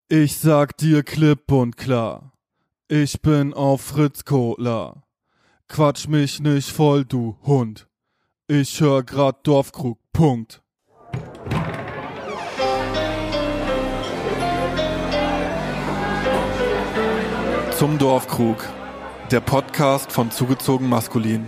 Ich sag dir klipp und klar, ich bin auf Fritz Cola. Quatsch mich nicht voll, du Hund. Ich hör grad Dorfkrug, Punkt. Zum Dorfkrug, der Podcast von Zugezogen Maskulin.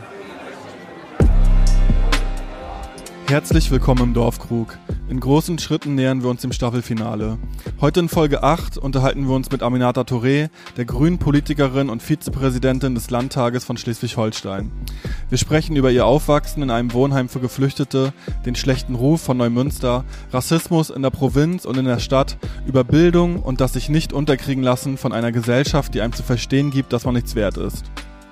Herzlich willkommen im Dorfkrug. In großen Schritten nähern wir uns dem Staffelfinale. Heute in Folge 8 unterhalten wir uns mit Aminata Touré, der grünen Politikerin und Vizepräsidentin des Landtages von Schleswig-Holstein. Wir sprechen über ihr Aufwachsen in einem Wohnheim für Geflüchtete, den schlechten Ruf von Neumünster, Rassismus in der Provinz und in der Stadt, über Bildung und das sich nicht unterkriegen lassen von einer Gesellschaft, die einem zu verstehen gibt, dass man nichts wert ist.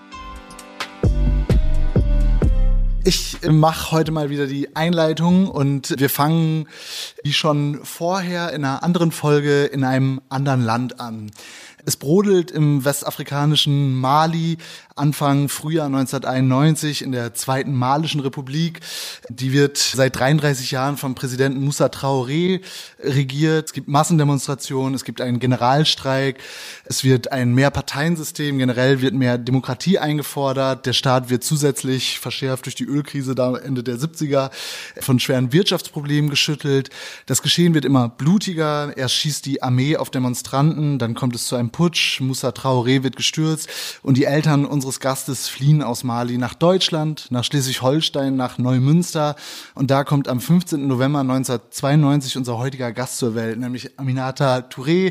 Ich mache heute mal wieder die Einleitung und wir fangen, wie schon vorher in einer anderen Folge, in einem anderen Land an. Es brodelt im westafrikanischen Mali Anfang Frühjahr 1991 in der Zweiten Malischen Republik. Die wird seit 33 Jahren vom Präsidenten Moussa Traoré regiert. Es gibt Massendemonstrationen, es gibt einen Generalstreik, es wird ein Mehrparteiensystem, generell wird mehr Demokratie eingefordert. Der Staat wird zusätzlich verschärft durch die Ölkrise da Ende der 70er von schweren Wirtschaftsproblemen geschüttelt. Das Geschehen wird immer blutiger. Erst schießt die Armee auf Demonstranten, dann kommt es zu einem Putsch, Moussa Traoré wird gestürzt und die Eltern unseres Gastes fliehen aus Mali nach Deutschland, nach Schleswig-Holstein, nach Neumünster und da kommt am 15. November 1992 unser heutiger Gast zur Welt, nämlich Aminata Touré,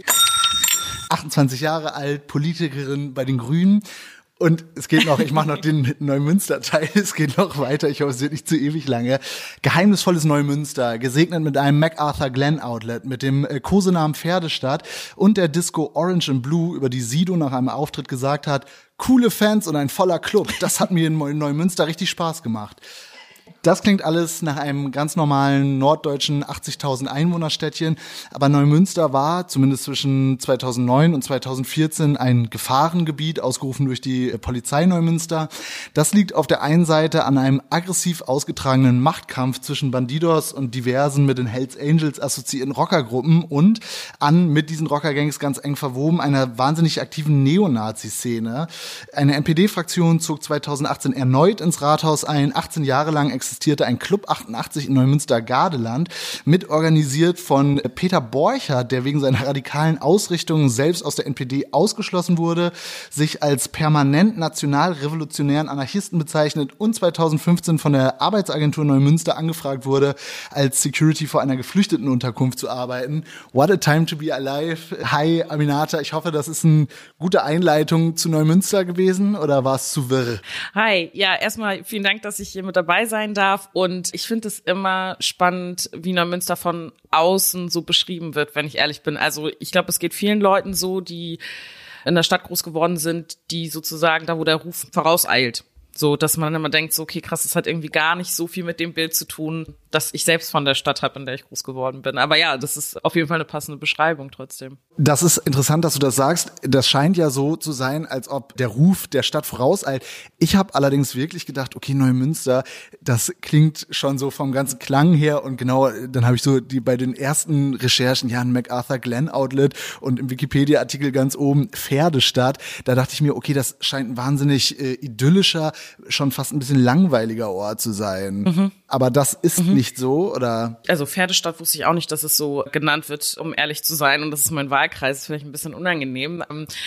28 Jahre alt, Politikerin bei den Grünen. Und es geht noch, ich mache noch den Neumünster-Teil, es geht noch weiter, ich hoffe, es wird nicht zu ewig lange. Geheimnisvolles Neumünster, gesegnet mit einem MacArthur Glen Outlet, mit dem Kosenamen Pferdestadt und der Disco Orange and Blue, über die Sido nach einem Auftritt gesagt hat, coole Fans und ein voller Club. Das hat mir in Neumünster richtig Spaß gemacht. Das klingt alles nach einem ganz normalen norddeutschen 80.000 Einwohnerstädtchen, aber Neumünster war zumindest zwischen 2009 und 2014 ein Gefahrengebiet, ausgerufen durch die Polizei Neumünster. Das liegt auf der einen Seite an einem aggressiv ausgetragenen Machtkampf zwischen Bandidos und diversen mit den Hells Angels assoziierten Rockergruppen und an mit diesen Rockergangs ganz eng verwoben einer wahnsinnig aktiven Neonazi-Szene. Eine NPD-Fraktion zog 2018 erneut ins Rathaus ein, 18 Jahre lang existierte ein Club 88 in Neumünster-Gardeland, mitorganisiert von Peter Borchert, der wegen seiner radikalen Ausrichtung selbst aus der NPD ausgeschlossen wurde, sich als permanent national-revolutionären Anarchisten bezeichnet und 2015 von der Arbeitsagentur Neumünster angefragt wurde, als Security vor einer Geflüchtetenunterkunft zu arbeiten. What a time to be alive. Hi Aminata, ich hoffe, das ist eine gute Einleitung zu Neumünster gewesen oder war es zu wirr? Hi, ja, erstmal vielen Dank, dass ich hier mit dabei sein darf und ich finde es immer spannend, wie Neumünster von außen so beschrieben wird, wenn ich ehrlich bin. Also ich glaube, es geht vielen Leuten so, die in der Stadt groß geworden sind, die sozusagen da, wo der Ruf vorauseilt. So, dass man dann immer denkt, so, okay, krass, das hat irgendwie gar nicht so viel mit dem Bild zu tun, das ich selbst von der Stadt habe, in der ich groß geworden bin. Aber ja, das ist auf jeden Fall eine passende Beschreibung trotzdem. Das ist interessant, dass du das sagst. Das scheint ja so zu sein, als ob der Ruf der Stadt vorauseilt. Ich habe allerdings wirklich gedacht, okay, Neumünster, das klingt schon so vom ganzen Klang her und genau, dann habe ich so bei den ersten Recherchen, ja, ein MacArthur Glen Outlet und im Wikipedia-Artikel ganz oben Pferdestadt. Da dachte ich mir, okay, das scheint ein wahnsinnig idyllischer, schon fast ein bisschen langweiliger Ort zu sein. Mhm. Aber das ist nicht so, oder? Also Pferdestadt wusste ich auch nicht, dass es so genannt wird, um ehrlich zu sein. Und das ist mein Wahlkreis, ist vielleicht ein bisschen unangenehm.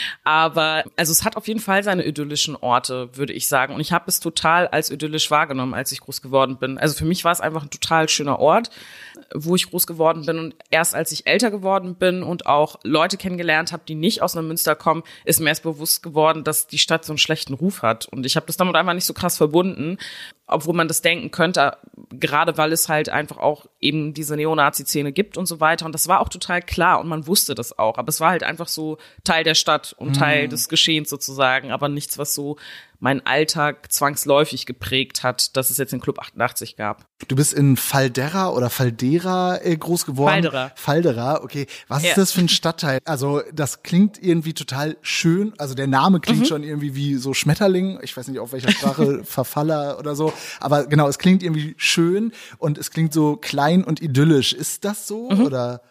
Aber also es hat auf jeden Fall seine idyllischen Orte, würde ich sagen. Und ich habe es total als idyllisch wahrgenommen, als ich groß geworden bin. Also für mich war es einfach ein total schöner Ort, wo ich groß geworden bin. Und erst als ich älter geworden bin und auch Leute kennengelernt habe, die nicht aus Neumünster kommen, ist mir erst bewusst geworden, dass die Stadt so einen schlechten Ruf hat. Und ich habe das damit einfach nicht so krass verbunden, obwohl man das denken könnte, gerade weil es halt einfach auch eben diese Neonazi-Szene gibt und so weiter. Und das war auch total klar und man wusste das auch. Aber es war halt einfach so Teil der Stadt und Teil des Geschehens sozusagen, aber nichts, was so meinen Alltag zwangsläufig geprägt hat, dass es jetzt den Club 88 gab. Du bist in Faldera oder Faldera groß geworden? Faldera, okay. Was ist das für ein Stadtteil? Also das klingt irgendwie total schön. Also der Name klingt schon irgendwie wie so Schmetterling. Ich weiß nicht, auf welcher Sprache, Verfaller oder so. Aber genau, es klingt irgendwie schön und es klingt so klein und idyllisch. Ist das so oder?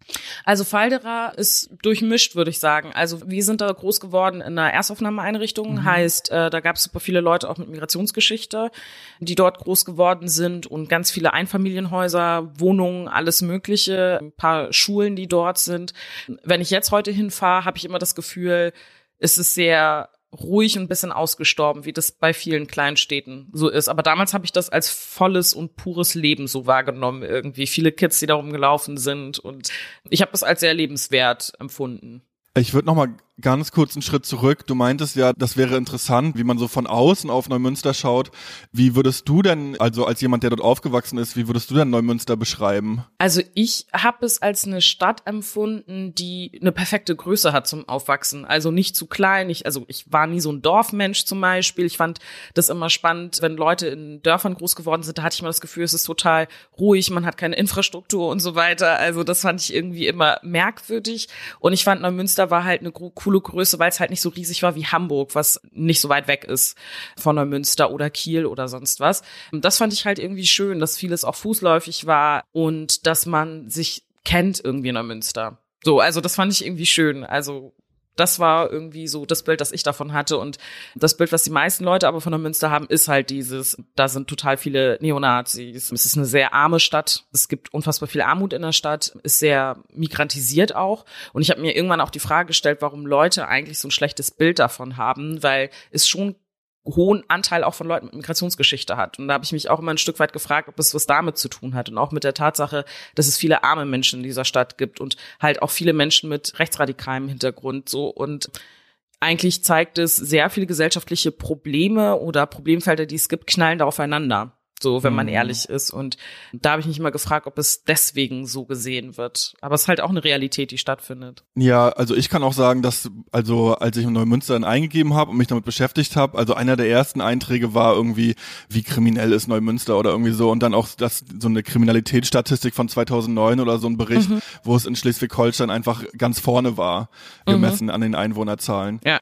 Also Valdera ist durchmischt, würde ich sagen. Also wir sind da groß geworden in einer Erstaufnahmeeinrichtung, heißt, da gab es super viele Leute auch mit Migrationsgeschichte, die dort groß geworden sind und ganz viele Einfamilienhäuser, Wohnungen, alles Mögliche, ein paar Schulen, die dort sind. Wenn ich jetzt heute hinfahre, habe ich immer das Gefühl, es ist sehr ruhig und ein bisschen ausgestorben, wie das bei vielen kleinen Städten so ist. Aber damals habe ich das als volles und pures Leben so wahrgenommen irgendwie. Viele Kids, die da rumgelaufen sind und ich habe das als sehr lebenswert empfunden. Ich würde noch mal ganz kurz einen Schritt zurück. Du meintest ja, das wäre interessant, wie man so von außen auf Neumünster schaut. Wie würdest du denn, also als jemand, der dort aufgewachsen ist, wie würdest du denn Neumünster beschreiben? Also ich habe es als eine Stadt empfunden, die eine perfekte Größe hat zum Aufwachsen. Also nicht zu klein. Ich war nie so ein Dorfmensch zum Beispiel. Ich fand das immer spannend, wenn Leute in Dörfern groß geworden sind, da hatte ich immer das Gefühl, es ist total ruhig, man hat keine Infrastruktur und so weiter. Also das fand ich irgendwie immer merkwürdig. Und ich fand, Neumünster war halt eine coole Größe, weil es halt nicht so riesig war wie Hamburg, was nicht so weit weg ist von Neumünster oder Kiel oder sonst was. Das fand ich halt irgendwie schön, dass vieles auch fußläufig war und dass man sich kennt irgendwie in Neumünster. So, also das fand ich irgendwie schön. Also das war irgendwie so das Bild, das ich davon hatte. Und das Bild, was die meisten Leute aber von Neumünster haben, ist halt dieses, da sind total viele Neonazis. Es ist eine sehr arme Stadt. Es gibt unfassbar viel Armut in der Stadt, ist sehr migrantisiert auch. Und ich habe mir irgendwann auch die Frage gestellt, warum Leute eigentlich so ein schlechtes Bild davon haben, weil es schon hohen Anteil auch von Leuten mit Migrationsgeschichte hat. Und da habe ich mich auch immer ein Stück weit gefragt, ob es was damit zu tun hat und auch mit der Tatsache, dass es viele arme Menschen in dieser Stadt gibt und halt auch viele Menschen mit rechtsradikalem Hintergrund so. Und eigentlich zeigt es, sehr viele gesellschaftliche Probleme oder Problemfelder, die es gibt, knallen da aufeinander. So, wenn man ehrlich ist. Und da habe ich mich immer gefragt, ob es deswegen so gesehen wird. Aber es ist halt auch eine Realität, die stattfindet. Ja, also ich kann auch sagen, dass, also als ich in Neumünster dann eingegeben habe und mich damit beschäftigt habe, also einer der ersten Einträge war irgendwie, wie kriminell ist Neumünster oder irgendwie so. Und dann auch so eine Kriminalitätsstatistik von 2009 oder so ein Bericht, wo es in Schleswig-Holstein einfach ganz vorne war, gemessen an den Einwohnerzahlen. Ja.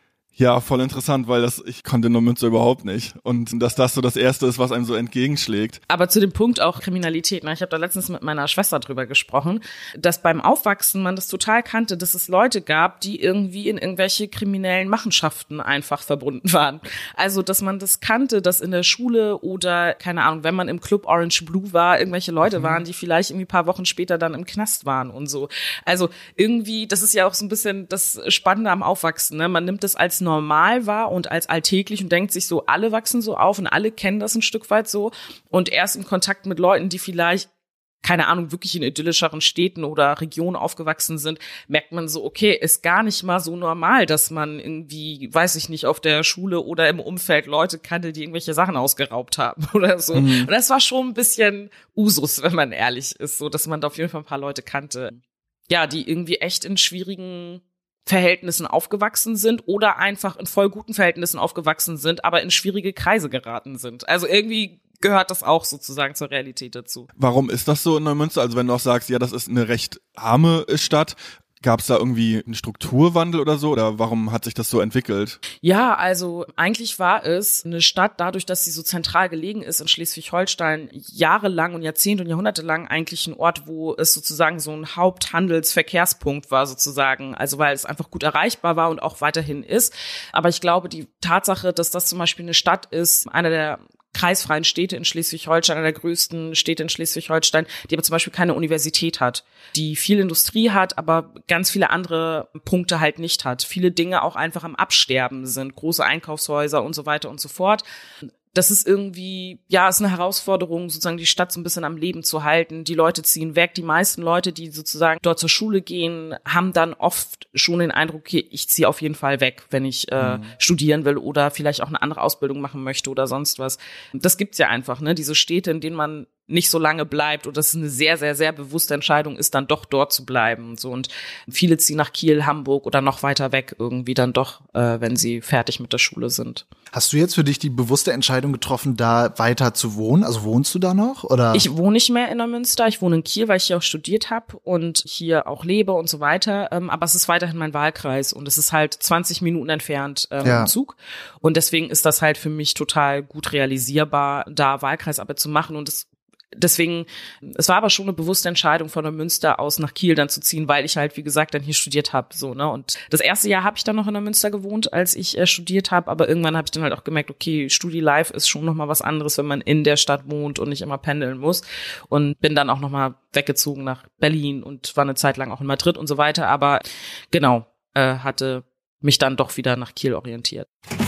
Ja, voll interessant, weil ich konnte Neumünster überhaupt nicht. Und dass das so das Erste ist, was einem so entgegenschlägt. Aber zu dem Punkt auch Kriminalität, ne? Ich habe da letztens mit meiner Schwester drüber gesprochen, dass beim Aufwachsen man das total kannte, dass es Leute gab, die irgendwie in irgendwelche kriminellen Machenschaften einfach verbunden waren. Also, dass man das kannte, dass in der Schule oder, keine Ahnung, wenn man im Club Orange Blue war, irgendwelche Leute waren, die vielleicht irgendwie ein paar Wochen später dann im Knast waren und so. Also irgendwie, das ist ja auch so ein bisschen das Spannende am Aufwachsen, ne? Man nimmt es als normal wahr und als alltäglich und denkt sich so, alle wachsen so auf und alle kennen das ein Stück weit so. Und erst im Kontakt mit Leuten, die vielleicht, keine Ahnung, wirklich in idyllischeren Städten oder Regionen aufgewachsen sind, merkt man so, okay, ist gar nicht mal so normal, dass man irgendwie, weiß ich nicht, auf der Schule oder im Umfeld Leute kannte, die irgendwelche Sachen ausgeraubt haben oder so. Und das war schon ein bisschen Usus, wenn man ehrlich ist, so, dass man da auf jeden Fall ein paar Leute kannte, ja, die irgendwie echt in schwierigen Verhältnissen aufgewachsen sind oder einfach in voll guten Verhältnissen aufgewachsen sind, aber in schwierige Kreise geraten sind. Also irgendwie gehört das auch sozusagen zur Realität dazu. Warum ist das so in Neumünster? Also wenn du auch sagst, ja, das ist eine recht arme Stadt, gab es da irgendwie einen Strukturwandel oder so? Oder warum hat sich das so entwickelt? Ja, also eigentlich war es eine Stadt, dadurch, dass sie so zentral gelegen ist in Schleswig-Holstein, jahrelang und Jahrzehnte und Jahrhunderte lang eigentlich ein Ort, wo es sozusagen so ein Haupthandelsverkehrspunkt war sozusagen. Also weil es einfach gut erreichbar war und auch weiterhin ist. Aber ich glaube, die Tatsache, dass das zum Beispiel eine Stadt ist, einer der kreisfreien Städte in Schleswig-Holstein, einer der größten Städte in Schleswig-Holstein, die aber zum Beispiel keine Universität hat, die viel Industrie hat, aber ganz viele andere Punkte halt nicht hat. Viele Dinge auch einfach am Absterben sind, große Einkaufshäuser und so weiter und so fort. Das ist irgendwie, ja, ist eine Herausforderung, sozusagen die Stadt so ein bisschen am Leben zu halten. Die Leute ziehen weg. Die meisten Leute, die sozusagen dort zur Schule gehen, haben dann oft schon den Eindruck, okay, ich ziehe auf jeden Fall weg, wenn ich studieren will oder vielleicht auch eine andere Ausbildung machen möchte oder sonst was. Das gibt's ja einfach, ne? Diese Städte, in denen man nicht so lange bleibt und das eine sehr, sehr, sehr bewusste Entscheidung ist, dann doch dort zu bleiben und so. Und viele ziehen nach Kiel, Hamburg oder noch weiter weg irgendwie dann doch, wenn sie fertig mit der Schule sind. Hast du jetzt für dich die bewusste Entscheidung getroffen, da weiter zu wohnen? Also wohnst du da noch? Oder? Ich wohne nicht mehr in Neumünster. Ich wohne in Kiel, weil ich hier auch studiert habe und hier auch lebe und so weiter. Aber es ist weiterhin mein Wahlkreis und es ist halt 20 Minuten entfernt im Zug. Und deswegen ist das halt für mich total gut realisierbar, da Wahlkreisarbeit zu machen. Und es Deswegen, es war aber schon eine bewusste Entscheidung, von Neumünster aus nach Kiel dann zu ziehen, weil ich halt, wie gesagt, dann hier studiert habe. So, ne? Und das erste Jahr habe ich dann noch in Neumünster gewohnt, als ich studiert habe, aber irgendwann habe ich dann halt auch gemerkt, okay, Studi-Life ist schon nochmal was anderes, wenn man in der Stadt wohnt und nicht immer pendeln muss. Und bin dann auch nochmal weggezogen nach Berlin und war eine Zeit lang auch in Madrid und so weiter. Aber genau, hatte mich dann doch wieder nach Kiel orientiert.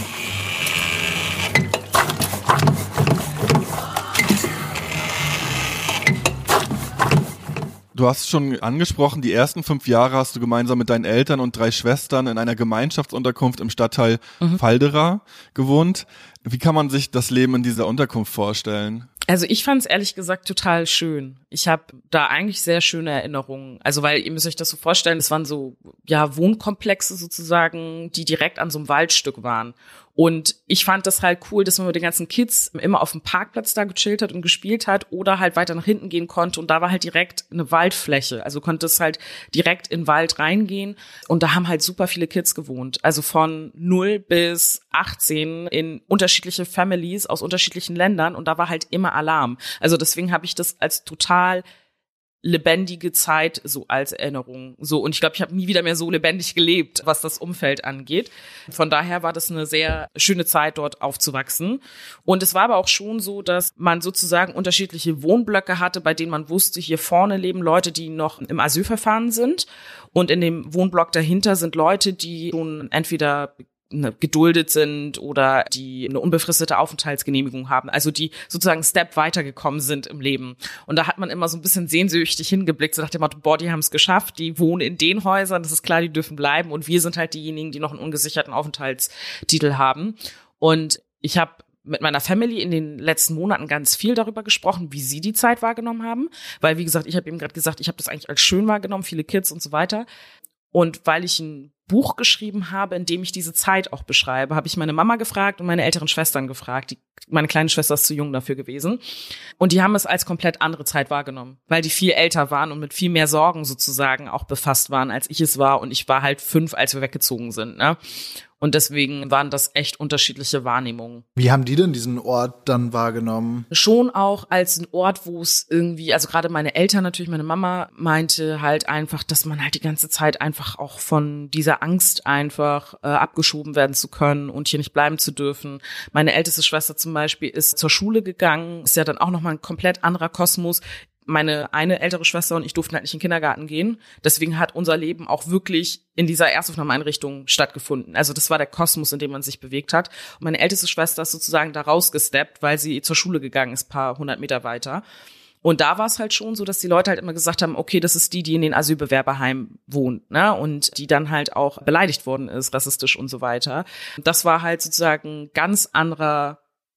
Du hast schon angesprochen, die ersten 5 Jahre hast du gemeinsam mit deinen Eltern und 3 Schwestern in einer Gemeinschaftsunterkunft im Stadtteil Valdera gewohnt. Wie kann man sich das Leben in dieser Unterkunft vorstellen? Also ich fand es ehrlich gesagt total schön. Ich habe da eigentlich sehr schöne Erinnerungen. Also weil ihr müsst euch das so vorstellen, es waren so Wohnkomplexe sozusagen, die direkt an so einem Waldstück waren. Und ich fand das halt cool, dass man mit den ganzen Kids immer auf dem Parkplatz da gechillt hat und gespielt hat oder halt weiter nach hinten gehen konnte. Und da war halt direkt eine Waldfläche. Also konnte es halt direkt in den Wald reingehen. Und da haben halt super viele Kids gewohnt. Also von 0 bis 18 in unterschiedliche Families aus unterschiedlichen Ländern. Und da war halt immer Alarm. Also deswegen habe ich das als total lebendige Zeit so als Erinnerung. So, und ich glaube, ich habe nie wieder mehr so lebendig gelebt, was das Umfeld angeht. Von daher war das eine sehr schöne Zeit, dort aufzuwachsen. Und es war aber auch schon so, dass man sozusagen unterschiedliche Wohnblöcke hatte, bei denen man wusste, hier vorne leben Leute, die noch im Asylverfahren sind. Und in dem Wohnblock dahinter sind Leute, die schon entweder geduldet sind oder die eine unbefristete Aufenthaltsgenehmigung haben, also die sozusagen einen Step weitergekommen sind im Leben. Und da hat man immer so ein bisschen sehnsüchtig hingeblickt, so nach dem Motto, boah, die haben es geschafft, die wohnen in den Häusern, das ist klar, die dürfen bleiben und wir sind halt diejenigen, die noch einen ungesicherten Aufenthaltstitel haben. Und ich habe mit meiner Family in den letzten Monaten ganz viel darüber gesprochen, wie sie die Zeit wahrgenommen haben, weil, wie gesagt, ich habe eben gerade gesagt, ich habe das eigentlich als schön wahrgenommen, viele Kids und so weiter. Und weil ich ein Buch geschrieben habe, in dem ich diese Zeit auch beschreibe, habe ich meine Mama gefragt und meine älteren Schwestern gefragt. Meine kleine Schwester ist zu jung dafür gewesen. Und die haben es als komplett andere Zeit wahrgenommen, weil die viel älter waren und mit viel mehr Sorgen sozusagen auch befasst waren, als ich es war. Und ich war halt 5, als wir weggezogen sind, ne? Und deswegen waren das echt unterschiedliche Wahrnehmungen. Wie haben die denn diesen Ort dann wahrgenommen? Schon auch als ein Ort, wo es irgendwie, also gerade meine Eltern natürlich, meine Mama meinte halt einfach, dass man halt die ganze Zeit einfach auch von dieser Angst einfach abgeschoben werden zu können und hier nicht bleiben zu dürfen. Meine älteste Schwester zum Beispiel ist zur Schule gegangen, ist ja dann auch nochmal ein komplett anderer Kosmos. Meine eine ältere Schwester und ich durften halt nicht in den Kindergarten gehen. Deswegen hat unser Leben auch wirklich in dieser Erstaufnahmeeinrichtung stattgefunden. Also das war der Kosmos, in dem man sich bewegt hat. Und meine älteste Schwester ist sozusagen da rausgesteppt, weil sie zur Schule gegangen ist, ein paar 100 Meter weiter. Und da war es halt schon so, dass die Leute halt immer gesagt haben, okay, das ist die in den Asylbewerberheimen wohnt, ne? Und die dann halt auch beleidigt worden ist, rassistisch und so weiter. Das war halt sozusagen ganz andere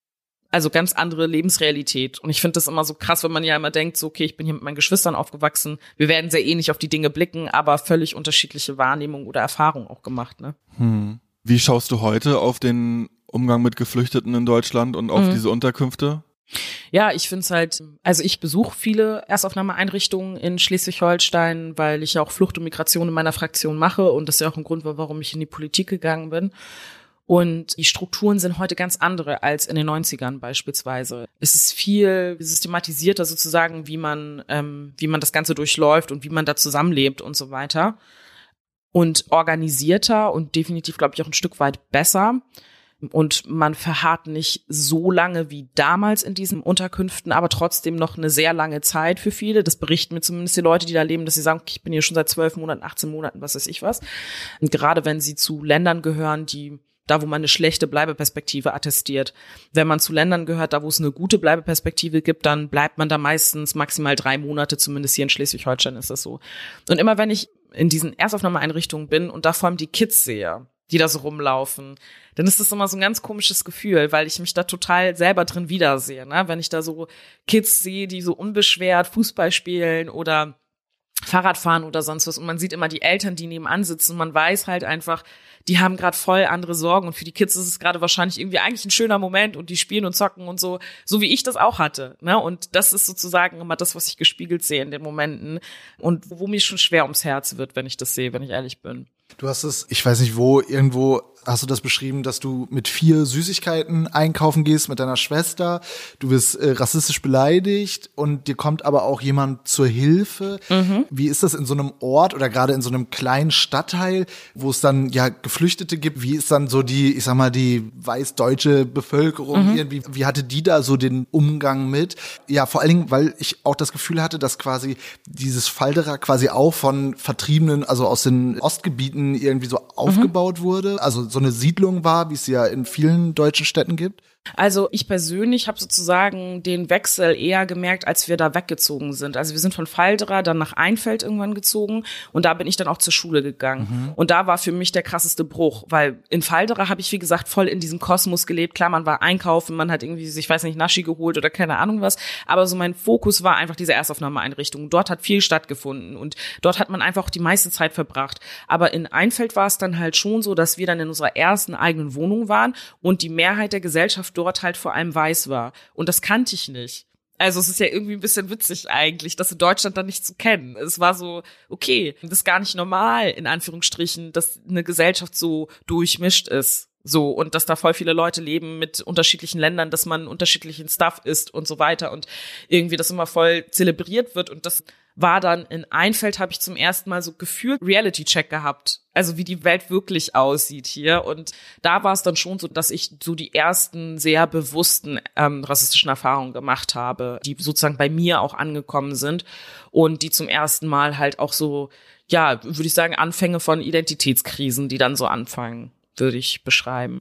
Lebensrealität. Und ich finde das immer so krass, wenn man ja immer denkt, so, okay, ich bin hier mit meinen Geschwistern aufgewachsen, wir werden sehr ähnlich auf die Dinge blicken, aber völlig unterschiedliche Wahrnehmungen oder Erfahrungen auch gemacht, ne? Wie schaust du heute auf den Umgang mit Geflüchteten in Deutschland und auf diese Unterkünfte? Ja, ich finde es halt, also ich besuche viele Erstaufnahmeeinrichtungen in Schleswig-Holstein, weil ich ja auch Flucht und Migration in meiner Fraktion mache und das ja auch ein Grund war, warum ich in die Politik gegangen bin. Und die Strukturen sind heute ganz andere als in den 90ern beispielsweise. Es ist viel systematisierter sozusagen, wie man das Ganze durchläuft und wie man da zusammenlebt und so weiter. Und organisierter und definitiv, glaube ich, auch ein Stück weit besser. Und man verharrt nicht so lange wie damals in diesen Unterkünften, aber trotzdem noch eine sehr lange Zeit für viele. Das berichten mir zumindest die Leute, die da leben, dass sie sagen, okay, ich bin hier schon seit 12 Monaten, 18 Monaten, was weiß ich was. Und gerade wenn sie zu Ländern gehören, da wo man eine schlechte Bleibeperspektive attestiert. Wenn man zu Ländern gehört, da wo es eine gute Bleibeperspektive gibt, dann bleibt man da meistens maximal 3 Monate, zumindest hier in Schleswig-Holstein ist das so. Und immer wenn ich in diesen Erstaufnahmeeinrichtungen bin und da vor allem die Kids sehe, die da so rumlaufen, dann ist das immer so ein ganz komisches Gefühl, weil ich mich da total selber drin wiedersehe, ne? Wenn ich da so Kids sehe, die so unbeschwert Fußball spielen oder Fahrrad fahren oder sonst was und man sieht immer die Eltern, die nebenan sitzen und man weiß halt einfach, die haben gerade voll andere Sorgen und für die Kids ist es gerade wahrscheinlich irgendwie eigentlich ein schöner Moment und die spielen und zocken und so wie ich das auch hatte, ne? Und das ist sozusagen immer das, was ich gespiegelt sehe in den Momenten und wo mir schon schwer ums Herz wird, wenn ich das sehe, wenn ich ehrlich bin. Du hast es, ich weiß nicht wo, irgendwo hast du das beschrieben, dass du mit 4 Süßigkeiten einkaufen gehst mit deiner Schwester, du wirst rassistisch beleidigt und dir kommt aber auch jemand zur Hilfe. Wie ist das in so einem Ort oder gerade in so einem kleinen Stadtteil, wo es dann ja Geflüchtete gibt? Wie ist dann so die, ich sag mal, die weißdeutsche Bevölkerung irgendwie? Wie hatte die da so den Umgang mit? Ja, vor allen Dingen, weil ich auch das Gefühl hatte, dass quasi dieses Falderer quasi auch von Vertriebenen, also aus den Ostgebieten irgendwie so aufgebaut wurde. Also so eine Siedlung war, wie es ja in vielen deutschen Städten gibt. Also ich persönlich habe sozusagen den Wechsel eher gemerkt, als wir da weggezogen sind. Also wir sind von Falderer dann nach Einfeld irgendwann gezogen und da bin ich dann auch zur Schule gegangen. Und da war für mich der krasseste Bruch, weil in Falderer habe ich, wie gesagt, voll in diesem Kosmos gelebt. Klar, man war einkaufen, man hat irgendwie, ich weiß nicht, Naschi geholt oder keine Ahnung was, aber so mein Fokus war einfach diese Erstaufnahmeeinrichtung. Dort hat viel stattgefunden und dort hat man einfach die meiste Zeit verbracht. Aber in Einfeld war es dann halt schon so, dass wir dann in unserer ersten eigenen Wohnung waren und die Mehrheit der Gesellschaft dort halt vor allem weiß war. Und das kannte ich nicht. Also es ist ja irgendwie ein bisschen witzig eigentlich, das in Deutschland dann nicht zu kennen. Es war so, okay, das ist gar nicht normal, in Anführungsstrichen, dass eine Gesellschaft so durchmischt ist. So, und dass da voll viele Leute leben mit unterschiedlichen Ländern, dass man unterschiedlichen Stuff isst und so weiter und irgendwie das immer voll zelebriert wird. Und das war dann in Einfeld, habe ich zum ersten Mal so gefühlt Reality-Check gehabt. Also wie die Welt wirklich aussieht hier. Und da war es dann schon so, dass ich so die ersten sehr bewussten rassistischen Erfahrungen gemacht habe, die sozusagen bei mir auch angekommen sind und die zum ersten Mal halt auch so, ja, würde ich sagen, Anfänge von Identitätskrisen, die dann so anfangen, würde ich beschreiben.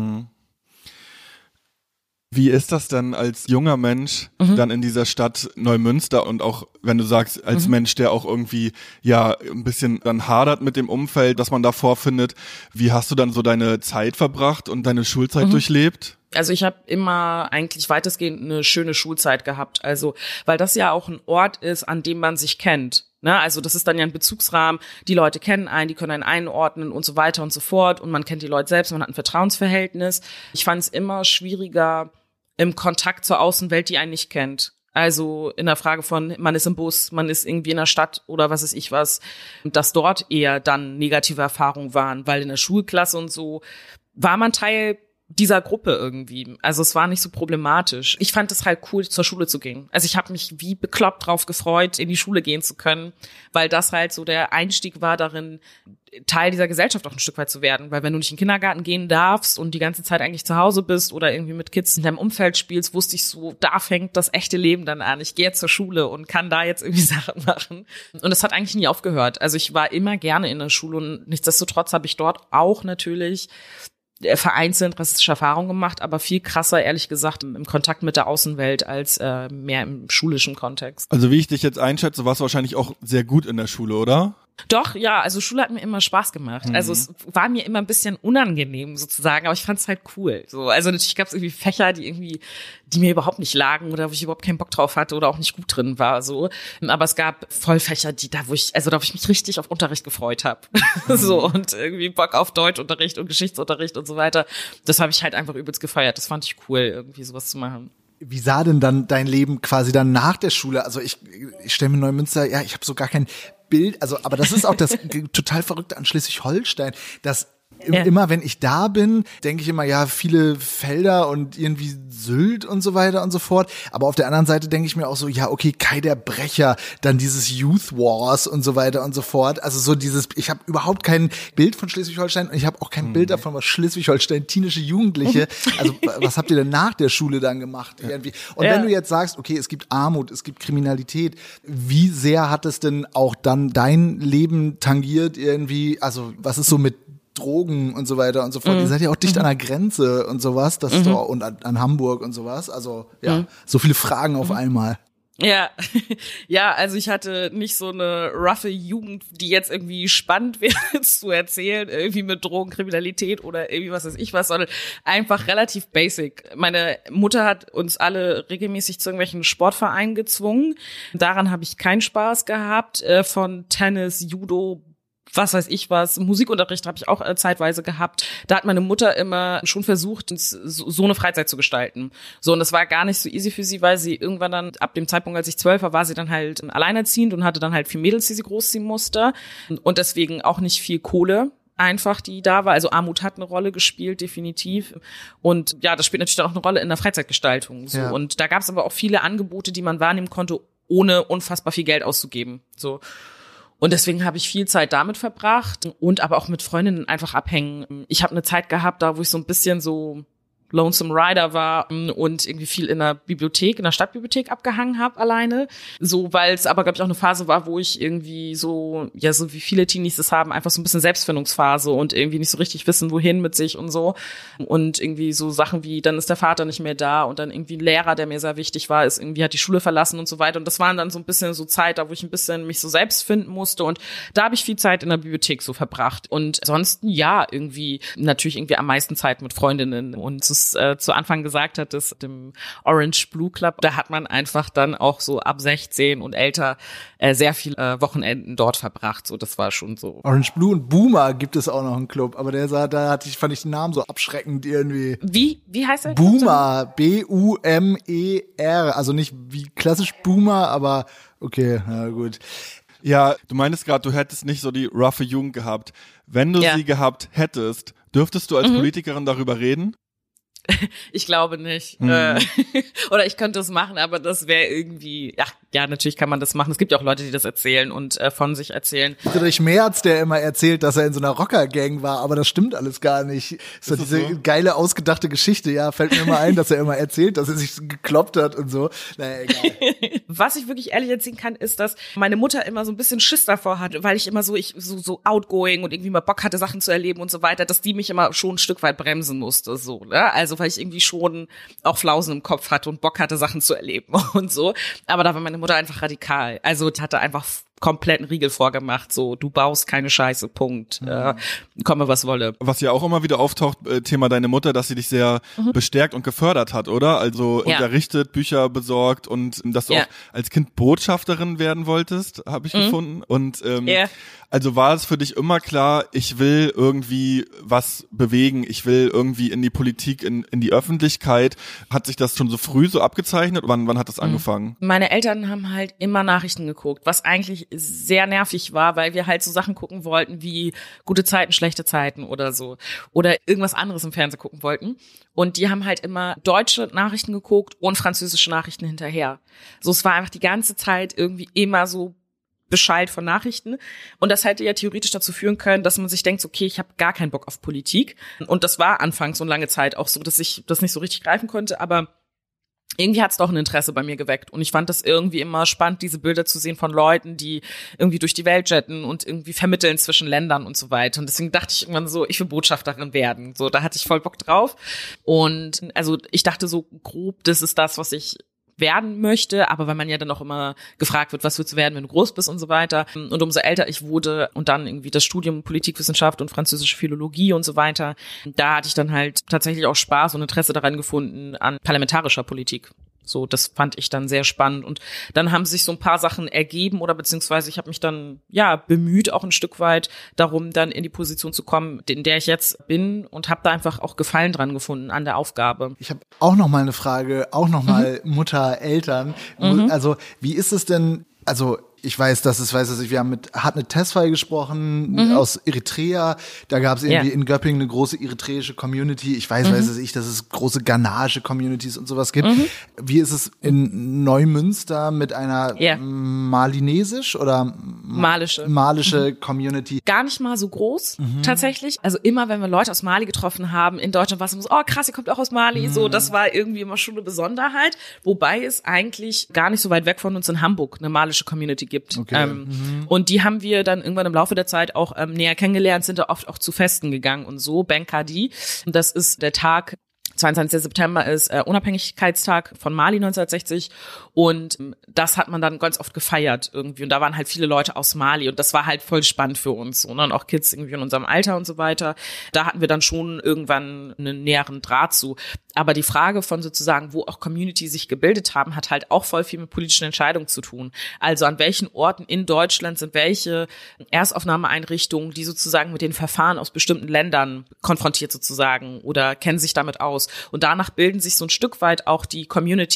Wie ist das denn als junger Mensch dann in dieser Stadt Neumünster und auch, wenn du sagst, als Mensch, der auch irgendwie ja ein bisschen dann hadert mit dem Umfeld, das man da vorfindet, wie hast du dann so deine Zeit verbracht und deine Schulzeit durchlebt? Also ich habe immer eigentlich weitestgehend eine schöne Schulzeit gehabt, also weil das ja auch ein Ort ist, an dem man sich kennt. Ne, also das ist dann ja ein Bezugsrahmen, die Leute kennen einen, die können einen einordnen und so weiter und so fort und man kennt die Leute selbst, man hat ein Vertrauensverhältnis. Ich fand es immer schwieriger im Kontakt zur Außenwelt, die einen nicht kennt. Also in der Frage von, man ist im Bus, man ist irgendwie in der Stadt oder was weiß ich was, dass dort eher dann negative Erfahrungen waren, weil in der Schulklasse und so war man Teil dieser Gruppe irgendwie. Also es war nicht so problematisch. Ich fand es halt cool, zur Schule zu gehen. Also ich habe mich wie bekloppt drauf gefreut, in die Schule gehen zu können, weil das halt so der Einstieg war darin, Teil dieser Gesellschaft auch ein Stück weit zu werden. Weil wenn du nicht in den Kindergarten gehen darfst und die ganze Zeit eigentlich zu Hause bist oder irgendwie mit Kids in deinem Umfeld spielst, wusste ich so, da fängt das echte Leben dann an. Ich gehe jetzt zur Schule und kann da jetzt irgendwie Sachen machen. Und es hat eigentlich nie aufgehört. Also ich war immer gerne in der Schule und nichtsdestotrotz habe ich dort auch natürlich vereinzelt rassistische Erfahrungen gemacht, aber viel krasser, ehrlich gesagt, im Kontakt mit der Außenwelt als mehr im schulischen Kontext. Also wie ich dich jetzt einschätze, warst du wahrscheinlich auch sehr gut in der Schule, oder? Doch, ja, also Schule hat mir immer Spaß gemacht. Also es war mir immer ein bisschen unangenehm sozusagen, aber ich fand es halt cool. So, also natürlich gab es irgendwie Fächer, die mir überhaupt nicht lagen oder wo ich überhaupt keinen Bock drauf hatte oder auch nicht gut drin war. So, aber es gab Vollfächer, wo ich mich richtig auf Unterricht gefreut habe. So und irgendwie Bock auf Deutschunterricht und Geschichtsunterricht und so weiter. Das habe ich halt einfach übelst gefeiert. Das fand ich cool, irgendwie sowas zu machen. Wie sah denn dann dein Leben quasi dann nach der Schule? Also ich stelle mir Neumünster, ja, ich habe so gar kein Bild, also aber das ist auch das total Verrückte an Schleswig-Holstein, dass immer, wenn ich da bin, denke ich immer, ja, viele Felder und irgendwie Sylt und so weiter und so fort. Aber auf der anderen Seite denke ich mir auch so, ja, okay, Kai der Brecher, dann dieses Youth Wars und so weiter und so fort. Also so ich habe überhaupt kein Bild von Schleswig-Holstein und ich habe auch kein Bild davon, was schleswig-holsteinische Jugendliche, also was habt ihr denn nach der Schule dann gemacht irgendwie? Und wenn du jetzt sagst, okay, es gibt Armut, es gibt Kriminalität, wie sehr hat es denn auch dann dein Leben tangiert irgendwie? Also was ist so mit Drogen und so weiter und so fort. Ihr seid ja auch dicht an der Grenze und sowas, das ist doch, und an Hamburg und sowas. Also ja, so viele Fragen auf einmal. Ja, ja, also ich hatte nicht so eine roughe Jugend, die jetzt irgendwie spannend wäre zu erzählen, irgendwie mit Drogenkriminalität oder irgendwie was weiß ich was, sondern einfach relativ basic. Meine Mutter hat uns alle regelmäßig zu irgendwelchen Sportvereinen gezwungen. Daran habe ich keinen Spaß gehabt. Von Tennis, Judo, was weiß ich was, Musikunterricht habe ich auch zeitweise gehabt. Da hat meine Mutter immer schon versucht, so eine Freizeit zu gestalten. So, und das war gar nicht so easy für sie, weil sie irgendwann dann, ab dem Zeitpunkt, als ich 12 war sie dann halt alleinerziehend und hatte dann halt 4 Mädels, die sie großziehen musste. Und deswegen auch nicht viel Kohle. einfach, die da war. Also Armut hat eine Rolle gespielt, definitiv. Und ja, das spielt natürlich dann auch eine Rolle in der Freizeitgestaltung. So. Ja. Und da gab es aber auch viele Angebote, die man wahrnehmen konnte, ohne unfassbar viel Geld auszugeben. So. Und deswegen habe ich viel Zeit damit verbracht und aber auch mit Freundinnen einfach abhängen. Ich habe eine Zeit gehabt, da wo ich so ein bisschen so Lonesome Rider war und irgendwie viel in der Bibliothek, in der Stadtbibliothek abgehangen habe alleine. So, weil es aber, glaube ich, auch eine Phase war, wo ich irgendwie so, ja, so wie viele Teenies das haben, einfach so ein bisschen Selbstfindungsphase und irgendwie nicht so richtig wissen, wohin mit sich und so. Und irgendwie so Sachen wie, dann ist der Vater nicht mehr da und dann irgendwie ein Lehrer, der mir sehr wichtig war, ist irgendwie hat die Schule verlassen und so weiter. Und das waren dann so ein bisschen so Zeit, da wo ich ein bisschen mich so selbst finden musste. Und da habe ich viel Zeit in der Bibliothek so verbracht. Und ansonsten, ja, irgendwie, natürlich irgendwie am meisten Zeit mit Freundinnen. Und es zu Anfang gesagt hattest, dem Orange Blue Club, da hat man einfach dann auch so ab 16 und älter sehr viele Wochenenden dort verbracht. So, das war schon so. Orange Blue und Boomer gibt es auch noch einen Club, aber fand ich den Namen so abschreckend irgendwie. Wie heißt der? Boomer, B-U-M-E-R, also nicht wie klassisch Boomer, aber okay, na gut. Ja, du meinst gerade, du hättest nicht so die roughe Jugend gehabt. Wenn du sie gehabt hättest, dürftest du als Politikerin darüber reden? Ich glaube nicht. Oder ich könnte es machen, aber das wäre irgendwie, ja, natürlich kann man das machen. Es gibt ja auch Leute, die das erzählen und von sich erzählen. Friedrich Merz, der immer erzählt, dass er in so einer Rocker-Gang war, aber das stimmt alles gar nicht. Ist diese so geile, ausgedachte Geschichte, ja, fällt mir immer ein, dass er immer erzählt, dass er sich gekloppt hat und so. Naja, egal. Was ich wirklich ehrlich erzählen kann, ist, dass meine Mutter immer so ein bisschen Schiss davor hatte, weil ich immer so outgoing und irgendwie mal Bock hatte, Sachen zu erleben und so weiter, dass die mich immer schon ein Stück weit bremsen musste, so, ne? Also, weil ich irgendwie schon auch Flausen im Kopf hatte und Bock hatte, Sachen zu erleben und so. Aber da war meine Mutter einfach radikal. Also, die hatte einfach kompletten Riegel vorgemacht, so, du baust keine Scheiße, Punkt. Komme, was wolle. Was ja auch immer wieder auftaucht, Thema deine Mutter, dass sie dich sehr bestärkt und gefördert hat, oder? Also unterrichtet, Bücher besorgt und dass du auch als Kind Botschafterin werden wolltest, habe ich gefunden. Und also war es für dich immer klar, ich will irgendwie was bewegen, ich will irgendwie in die Politik, in die Öffentlichkeit. Hat sich das schon so früh so abgezeichnet? Wann hat das angefangen? Meine Eltern haben halt immer Nachrichten geguckt, was eigentlich sehr nervig war, weil wir halt so Sachen gucken wollten wie gute Zeiten, schlechte Zeiten oder so. Oder irgendwas anderes im Fernsehen gucken wollten. Und die haben halt immer deutsche Nachrichten geguckt und französische Nachrichten hinterher. So, es war einfach die ganze Zeit irgendwie immer so Bescheid von Nachrichten. Und das hätte ja theoretisch dazu führen können, dass man sich denkt, okay, ich habe gar keinen Bock auf Politik. Und das war anfangs so lange Zeit auch so, dass ich das nicht so richtig greifen konnte. Aber irgendwie hat es doch ein Interesse bei mir geweckt. Und ich fand das irgendwie immer spannend, diese Bilder zu sehen von Leuten, die irgendwie durch die Welt jetten und irgendwie vermitteln zwischen Ländern und so weiter. Und deswegen dachte ich irgendwann so, ich will Botschafterin werden. So, da hatte ich voll Bock drauf. Und also ich dachte so grob, das ist das, was ich werden möchte, aber weil man ja dann auch immer gefragt wird, was willst du werden, wenn du groß bist und so weiter. Und umso älter ich wurde und dann irgendwie das Studium Politikwissenschaft und französische Philologie und so weiter, da hatte ich dann halt tatsächlich auch Spaß und Interesse daran gefunden an parlamentarischer Politik. So, das fand ich dann sehr spannend. Und dann haben sich so ein paar Sachen ergeben oder beziehungsweise ich habe mich dann, bemüht auch ein Stück weit darum, dann in die Position zu kommen, in der ich jetzt bin und habe da einfach auch Gefallen dran gefunden an der Aufgabe. Ich habe auch noch mal eine Frage, auch noch mal Mutter, Eltern. Also, wie ist es denn, also ich weiß, wir haben mit Hartnett Tesfaye gesprochen, aus Eritrea. Da gab es irgendwie in Göppingen eine große eritreische Community. Ich weiß, dass es große Ghanaische-Communities und sowas gibt. Wie ist es in Neumünster mit einer malinesisch oder malische Community? Gar nicht mal so groß, tatsächlich. Also immer, wenn wir Leute aus Mali getroffen haben, in Deutschland war es immer so, oh krass, ihr kommt auch aus Mali. So, das war irgendwie immer schon eine Besonderheit. Wobei es eigentlich gar nicht so weit weg von uns in Hamburg eine malische Community gibt. Okay. Und die haben wir dann irgendwann im Laufe der Zeit auch näher kennengelernt, sind da oft auch zu Festen gegangen und so. Benkadi, das ist der Tag, 22. September ist Unabhängigkeitstag von Mali 1960 und das hat man dann ganz oft gefeiert irgendwie und da waren halt viele Leute aus Mali und das war halt voll spannend für uns und dann auch Kids irgendwie in unserem Alter und so weiter. Da hatten wir dann schon irgendwann einen näheren Draht zu. Aber die Frage von sozusagen, wo auch Community sich gebildet haben, hat halt auch voll viel mit politischen Entscheidungen zu tun. Also an welchen Orten in Deutschland sind welche Erstaufnahmeeinrichtungen, die sozusagen mit den Verfahren aus bestimmten Ländern konfrontiert sozusagen oder kennen sich damit aus. Und danach bilden sich so ein Stück weit auch die Communities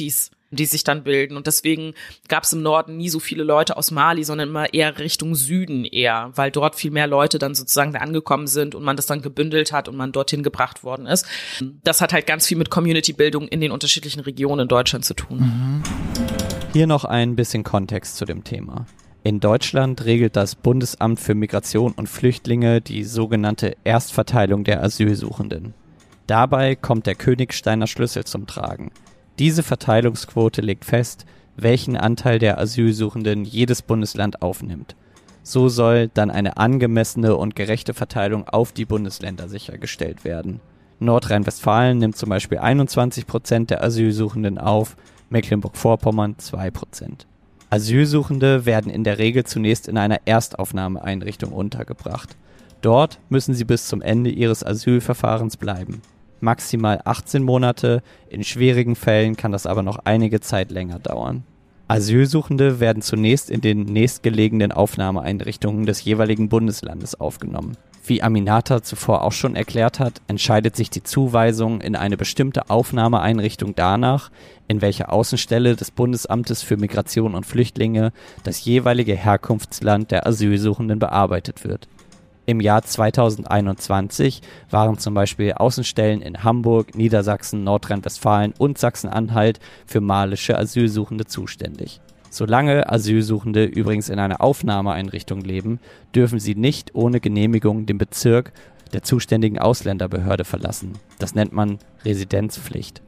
die sich dann bilden. Und deswegen gab es im Norden nie so viele Leute aus Mali, sondern immer eher Richtung Süden eher, weil dort viel mehr Leute dann sozusagen da angekommen sind und man das dann gebündelt hat und man dorthin gebracht worden ist. Das hat halt ganz viel mit Community-Bildung in den unterschiedlichen Regionen in Deutschland zu tun. Hier noch ein bisschen Kontext zu dem Thema. In Deutschland regelt das Bundesamt für Migration und Flüchtlinge die sogenannte Erstverteilung der Asylsuchenden. Dabei kommt der Königsteiner Schlüssel zum Tragen. Diese Verteilungsquote legt fest, welchen Anteil der Asylsuchenden jedes Bundesland aufnimmt. So soll dann eine angemessene und gerechte Verteilung auf die Bundesländer sichergestellt werden. Nordrhein-Westfalen nimmt zum Beispiel 21% der Asylsuchenden auf, Mecklenburg-Vorpommern 2%. Asylsuchende werden in der Regel zunächst in einer Erstaufnahmeeinrichtung untergebracht. Dort müssen sie bis zum Ende ihres Asylverfahrens bleiben. Maximal 18 Monate, in schwierigen Fällen kann das aber noch einige Zeit länger dauern. Asylsuchende werden zunächst in den nächstgelegenen Aufnahmeeinrichtungen des jeweiligen Bundeslandes aufgenommen. Wie Aminata zuvor auch schon erklärt hat, entscheidet sich die Zuweisung in eine bestimmte Aufnahmeeinrichtung danach, in welcher Außenstelle des Bundesamtes für Migration und Flüchtlinge das jeweilige Herkunftsland der Asylsuchenden bearbeitet wird. Im Jahr 2021 waren zum Beispiel Außenstellen in Hamburg, Niedersachsen, Nordrhein-Westfalen und Sachsen-Anhalt für malische Asylsuchende zuständig. Solange Asylsuchende übrigens in einer Aufnahmeeinrichtung leben, dürfen sie nicht ohne Genehmigung den Bezirk der zuständigen Ausländerbehörde verlassen. Das nennt man Residenzpflicht.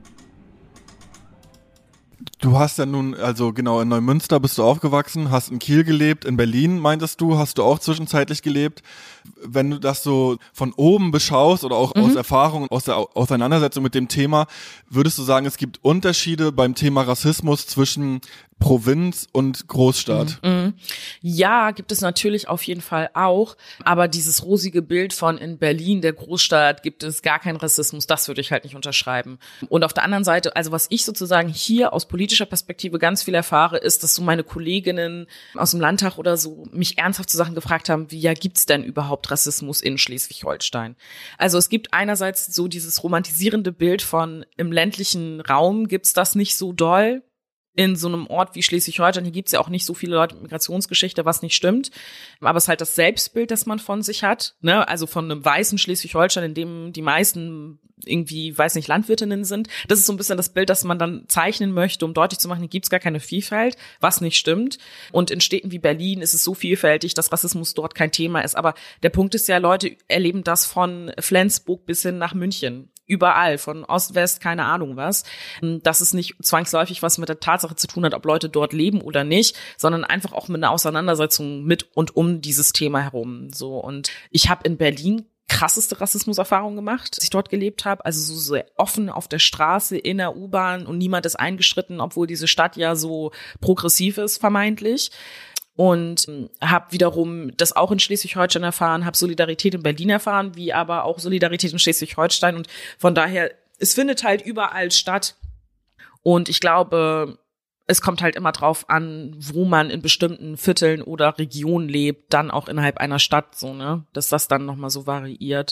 Du hast ja nun, also genau, in Neumünster bist du aufgewachsen, hast in Kiel gelebt, in Berlin, meintest du, hast du auch zwischenzeitlich gelebt. Wenn du das so von oben beschaust oder auch aus Erfahrung, aus der Auseinandersetzung mit dem Thema, würdest du sagen, es gibt Unterschiede beim Thema Rassismus zwischen Provinz und Großstadt? Ja, gibt es natürlich auf jeden Fall auch. Aber dieses rosige Bild von in Berlin, der Großstadt, gibt es gar keinen Rassismus, das würde ich halt nicht unterschreiben. Und auf der anderen Seite, also was ich sozusagen hier aus politischer Perspektive ganz viel erfahre, ist, dass so meine Kolleginnen aus dem Landtag oder so mich ernsthaft zu Sachen gefragt haben, wie ja gibt's denn überhaupt Rassismus in Schleswig-Holstein? Also es gibt einerseits so dieses romantisierende Bild von im ländlichen Raum gibt's das nicht so doll. In so einem Ort wie Schleswig-Holstein, hier gibt's ja auch nicht so viele Leute mit Migrationsgeschichte, was nicht stimmt. Aber es ist halt das Selbstbild, das man von sich hat, ne? Also von einem weißen Schleswig-Holstein, in dem die meisten irgendwie, weiß nicht, Landwirtinnen sind. Das ist so ein bisschen das Bild, das man dann zeichnen möchte, um deutlich zu machen, hier gibt's gar keine Vielfalt, was nicht stimmt. Und in Städten wie Berlin ist es so vielfältig, dass Rassismus dort kein Thema ist. Aber der Punkt ist ja, Leute erleben das von Flensburg bis hin nach München. Überall, von Ost, West, keine Ahnung was. Dass es nicht zwangsläufig was mit der Tatsache zu tun hat, ob Leute dort leben oder nicht, sondern einfach auch mit einer Auseinandersetzung mit und um dieses Thema herum. So, und ich habe in Berlin krasseste Rassismuserfahrungen gemacht, als ich dort gelebt habe. Also so sehr offen auf der Straße, in der U-Bahn und niemand ist eingeschritten, obwohl diese Stadt ja so progressiv ist, vermeintlich. Und habe wiederum das auch in Schleswig-Holstein erfahren, habe Solidarität in Berlin erfahren, wie aber auch Solidarität in Schleswig-Holstein. Und von daher, es findet halt überall statt. Und ich glaube, es kommt halt immer drauf an, wo man in bestimmten Vierteln oder Regionen lebt, dann auch innerhalb einer Stadt, so, ne, dass das dann nochmal so variiert.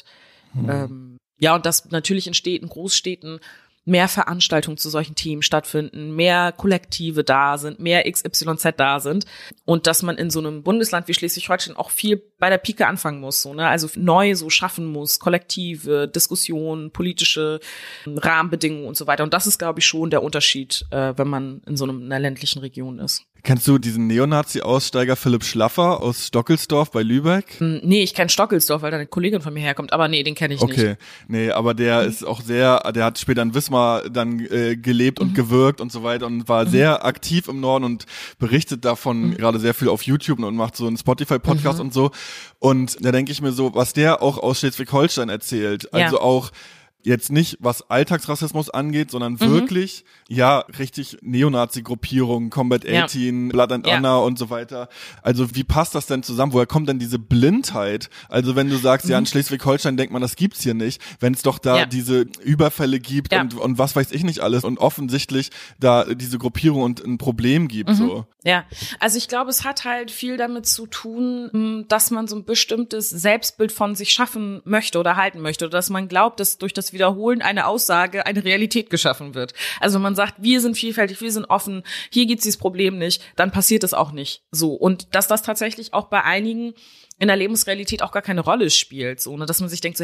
Ja, und dass natürlich in Städten, Großstädten, mehr Veranstaltungen zu solchen Themen stattfinden, mehr Kollektive da sind, mehr XYZ da sind und dass man in so einem Bundesland wie Schleswig-Holstein auch viel bei der Pike anfangen muss, so, ne? Also neu so schaffen muss, Kollektive, Diskussionen, politische Rahmenbedingungen und so weiter. Und das ist, glaube ich, schon der Unterschied, wenn man in so einer ländlichen Region ist. Kennst du diesen Neonazi-Aussteiger Philipp Schlaffer aus Stockelsdorf bei Lübeck? Nee, ich kenne Stockelsdorf, weil da eine Kollegin von mir herkommt, aber nee, den kenne ich nicht. Okay, nee, aber der ist auch der hat später in Wismar dann gelebt und gewirkt und so weiter und war sehr aktiv im Norden und berichtet davon gerade sehr viel auf YouTube und macht so einen Spotify-Podcast und so. Und da denke ich mir so, was der auch aus Schleswig-Holstein erzählt, also auch jetzt nicht, was Alltagsrassismus angeht, sondern wirklich, ja, richtig Neonazi-Gruppierungen, Combat 18, Blood and Honor und so weiter. Also wie passt das denn zusammen? Woher kommt denn diese Blindheit? Also wenn du sagst, ja, in Schleswig-Holstein denkt man, das gibt's hier nicht, wenn es doch da diese Überfälle gibt und was weiß ich nicht alles und offensichtlich da diese Gruppierung und ein Problem gibt, so. Ja, also ich glaube, es hat halt viel damit zu tun, dass man so ein bestimmtes Selbstbild von sich schaffen möchte oder halten möchte, oder dass man glaubt, dass durch das Wiederholen einer Aussage eine Realität geschaffen wird. Also wenn man sagt, wir sind vielfältig, wir sind offen, hier gibt's dieses Problem nicht, dann passiert es auch nicht so. Und dass das tatsächlich auch bei einigen in der Lebensrealität auch gar keine Rolle spielt, so, ne, dass man sich denkt so,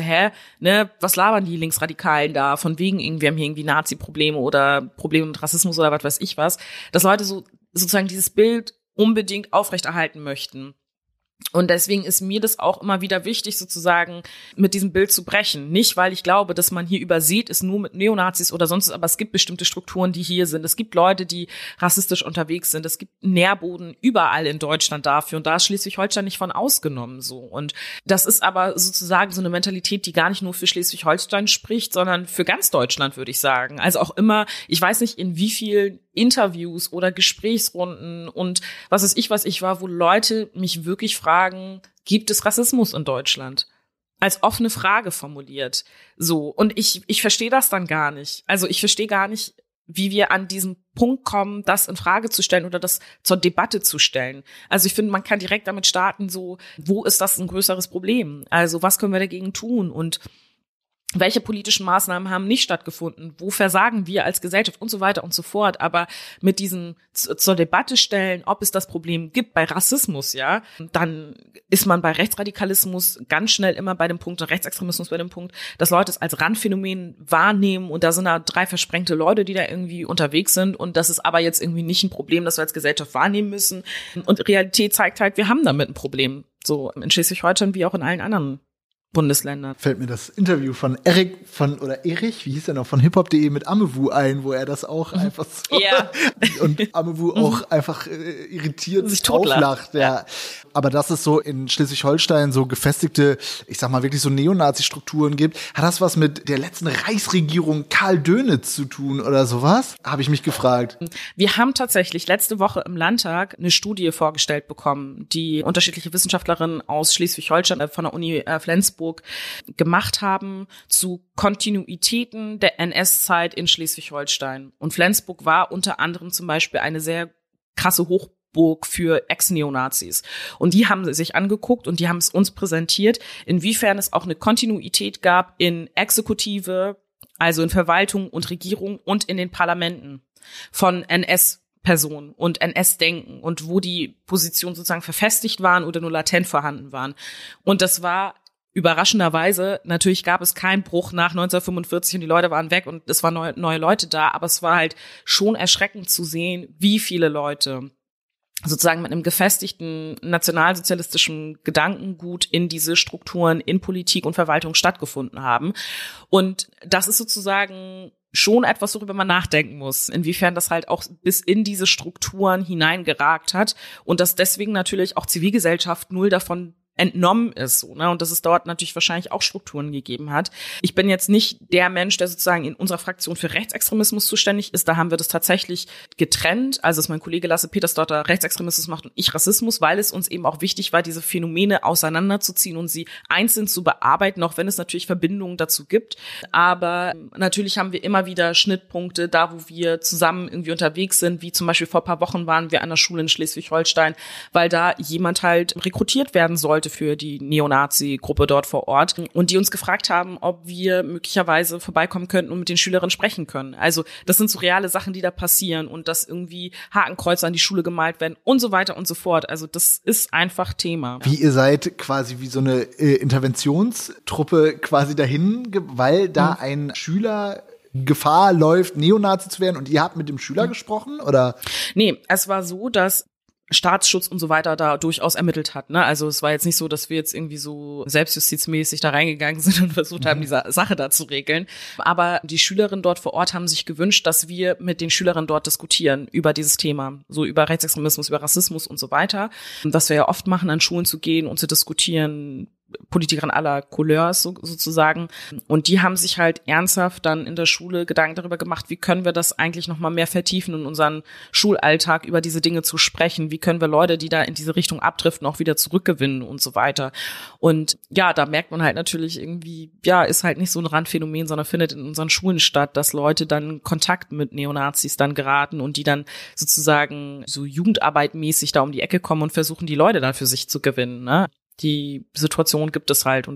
was labern die Linksradikalen da, von wegen irgendwie haben hier irgendwie Nazi-Probleme oder Probleme mit Rassismus oder was weiß ich was, dass Leute so sozusagen dieses Bild unbedingt aufrechterhalten möchten. Und deswegen ist mir das auch immer wieder wichtig, sozusagen mit diesem Bild zu brechen. Nicht, weil ich glaube, dass man hier übersieht, ist nur mit Neonazis oder sonst, aber es gibt bestimmte Strukturen, die hier sind. Es gibt Leute, die rassistisch unterwegs sind. Es gibt Nährboden überall in Deutschland dafür. Und da ist Schleswig-Holstein nicht von ausgenommen, so. Und das ist aber sozusagen so eine Mentalität, die gar nicht nur für Schleswig-Holstein spricht, sondern für ganz Deutschland, würde ich sagen. Also auch immer, ich weiß nicht, in wie vielen Interviews oder Gesprächsrunden und was ich war, wo Leute mich wirklich fragen, gibt es Rassismus in Deutschland? Als offene Frage formuliert. So. Und ich verstehe das dann gar nicht. Also ich verstehe gar nicht, wie wir an diesen Punkt kommen, das in Frage zu stellen oder das zur Debatte zu stellen. Also ich finde, man kann direkt damit starten, so, wo ist das ein größeres Problem? Also was können wir dagegen tun? Und welche politischen Maßnahmen haben nicht stattgefunden? Wo versagen wir als Gesellschaft und so weiter und so fort? Aber mit diesen zur Debatte stellen, ob es das Problem gibt bei Rassismus, ja, dann ist man bei Rechtsradikalismus ganz schnell immer bei dem Punkt, Rechtsextremismus bei dem Punkt, dass Leute es als Randphänomen wahrnehmen und da sind da 3 versprengte Leute, die da irgendwie unterwegs sind und das ist aber jetzt irgendwie nicht ein Problem, das wir als Gesellschaft wahrnehmen müssen. Und Realität zeigt halt, wir haben damit ein Problem. So in Schleswig-Holstein wie auch in allen anderen Bundesländer. Fällt mir das Interview von Erich, wie hieß er noch, von hiphop.de mit Amewu ein, wo er das auch einfach so und Amewu auch einfach irritiert sich auflacht. Ja. Aber dass es so in Schleswig-Holstein so gefestigte, ich sag mal wirklich so Neonazi-Strukturen gibt, hat das was mit der letzten Reichsregierung Karl Dönitz zu tun oder sowas? Habe ich mich gefragt. Wir haben tatsächlich letzte Woche im Landtag eine Studie vorgestellt bekommen, die unterschiedliche Wissenschaftlerinnen aus Schleswig-Holstein von der Uni Flensburg gemacht haben zu Kontinuitäten der NS-Zeit in Schleswig-Holstein. Und Flensburg war unter anderem zum Beispiel eine sehr krasse Hochburg für Ex-Neonazis. Und die haben sich angeguckt und die haben es uns präsentiert, inwiefern es auch eine Kontinuität gab in Exekutive, also in Verwaltung und Regierung und in den Parlamenten von NS-Personen und NS-Denken und wo die Positionen sozusagen verfestigt waren oder nur latent vorhanden waren. Und das war überraschenderweise, natürlich gab es keinen Bruch nach 1945 und die Leute waren weg und es waren neue Leute da, aber es war halt schon erschreckend zu sehen, wie viele Leute sozusagen mit einem gefestigten nationalsozialistischen Gedankengut in diese Strukturen in Politik und Verwaltung stattgefunden haben. Und das ist sozusagen schon etwas, worüber man nachdenken muss, inwiefern das halt auch bis in diese Strukturen hineingeragt hat und dass deswegen natürlich auch Zivilgesellschaft null davon entnommen ist, so, ne? Und dass es dort natürlich wahrscheinlich auch Strukturen gegeben hat. Ich bin jetzt nicht der Mensch, der sozusagen in unserer Fraktion für Rechtsextremismus zuständig ist. Da haben wir das tatsächlich getrennt. Also, dass mein Kollege Lasse Peters dort Rechtsextremismus macht und ich Rassismus, weil es uns eben auch wichtig war, diese Phänomene auseinanderzuziehen und sie einzeln zu bearbeiten, auch wenn es natürlich Verbindungen dazu gibt. Aber natürlich haben wir immer wieder Schnittpunkte, da wo wir zusammen irgendwie unterwegs sind, wie zum Beispiel vor ein paar Wochen waren wir an der Schule in Schleswig-Holstein, weil da jemand halt rekrutiert werden sollte für die Neonazi-Gruppe dort vor Ort und die uns gefragt haben, ob wir möglicherweise vorbeikommen könnten und mit den Schülerinnen sprechen können. Also das sind so reale Sachen, die da passieren und dass irgendwie Hakenkreuze an die Schule gemalt werden und so weiter und so fort. Also das ist einfach Thema. Wie ihr seid quasi wie so eine Interventionstruppe quasi dahin, weil da ein Schüler Gefahr läuft, Neonazi zu werden und ihr habt mit dem Schüler gesprochen, oder? Nee, es war so, dass Staatsschutz und so weiter da durchaus ermittelt hat, ne? Also es war jetzt nicht so, dass wir jetzt irgendwie so selbstjustizmäßig da reingegangen sind und versucht haben, diese Sache da zu regeln. Aber die Schülerinnen dort vor Ort haben sich gewünscht, dass wir mit den Schülerinnen dort diskutieren über dieses Thema, so über Rechtsextremismus, über Rassismus und so weiter. Und was wir ja oft machen, an Schulen zu gehen und zu diskutieren, Politikern aller Couleurs sozusagen. Und die haben sich halt ernsthaft dann in der Schule Gedanken darüber gemacht, wie können wir das eigentlich noch mal mehr vertiefen in unseren Schulalltag, über diese Dinge zu sprechen. Wie können wir Leute, die da in diese Richtung abdriften, auch wieder zurückgewinnen und so weiter. Und ja, da merkt man halt natürlich irgendwie, ja, ist halt nicht so ein Randphänomen, sondern findet in unseren Schulen statt, dass Leute dann in Kontakt mit Neonazis dann geraten und die dann sozusagen so jugendarbeitmäßig da um die Ecke kommen und versuchen, die Leute dann für sich zu gewinnen, ne? Die Situation gibt es halt und das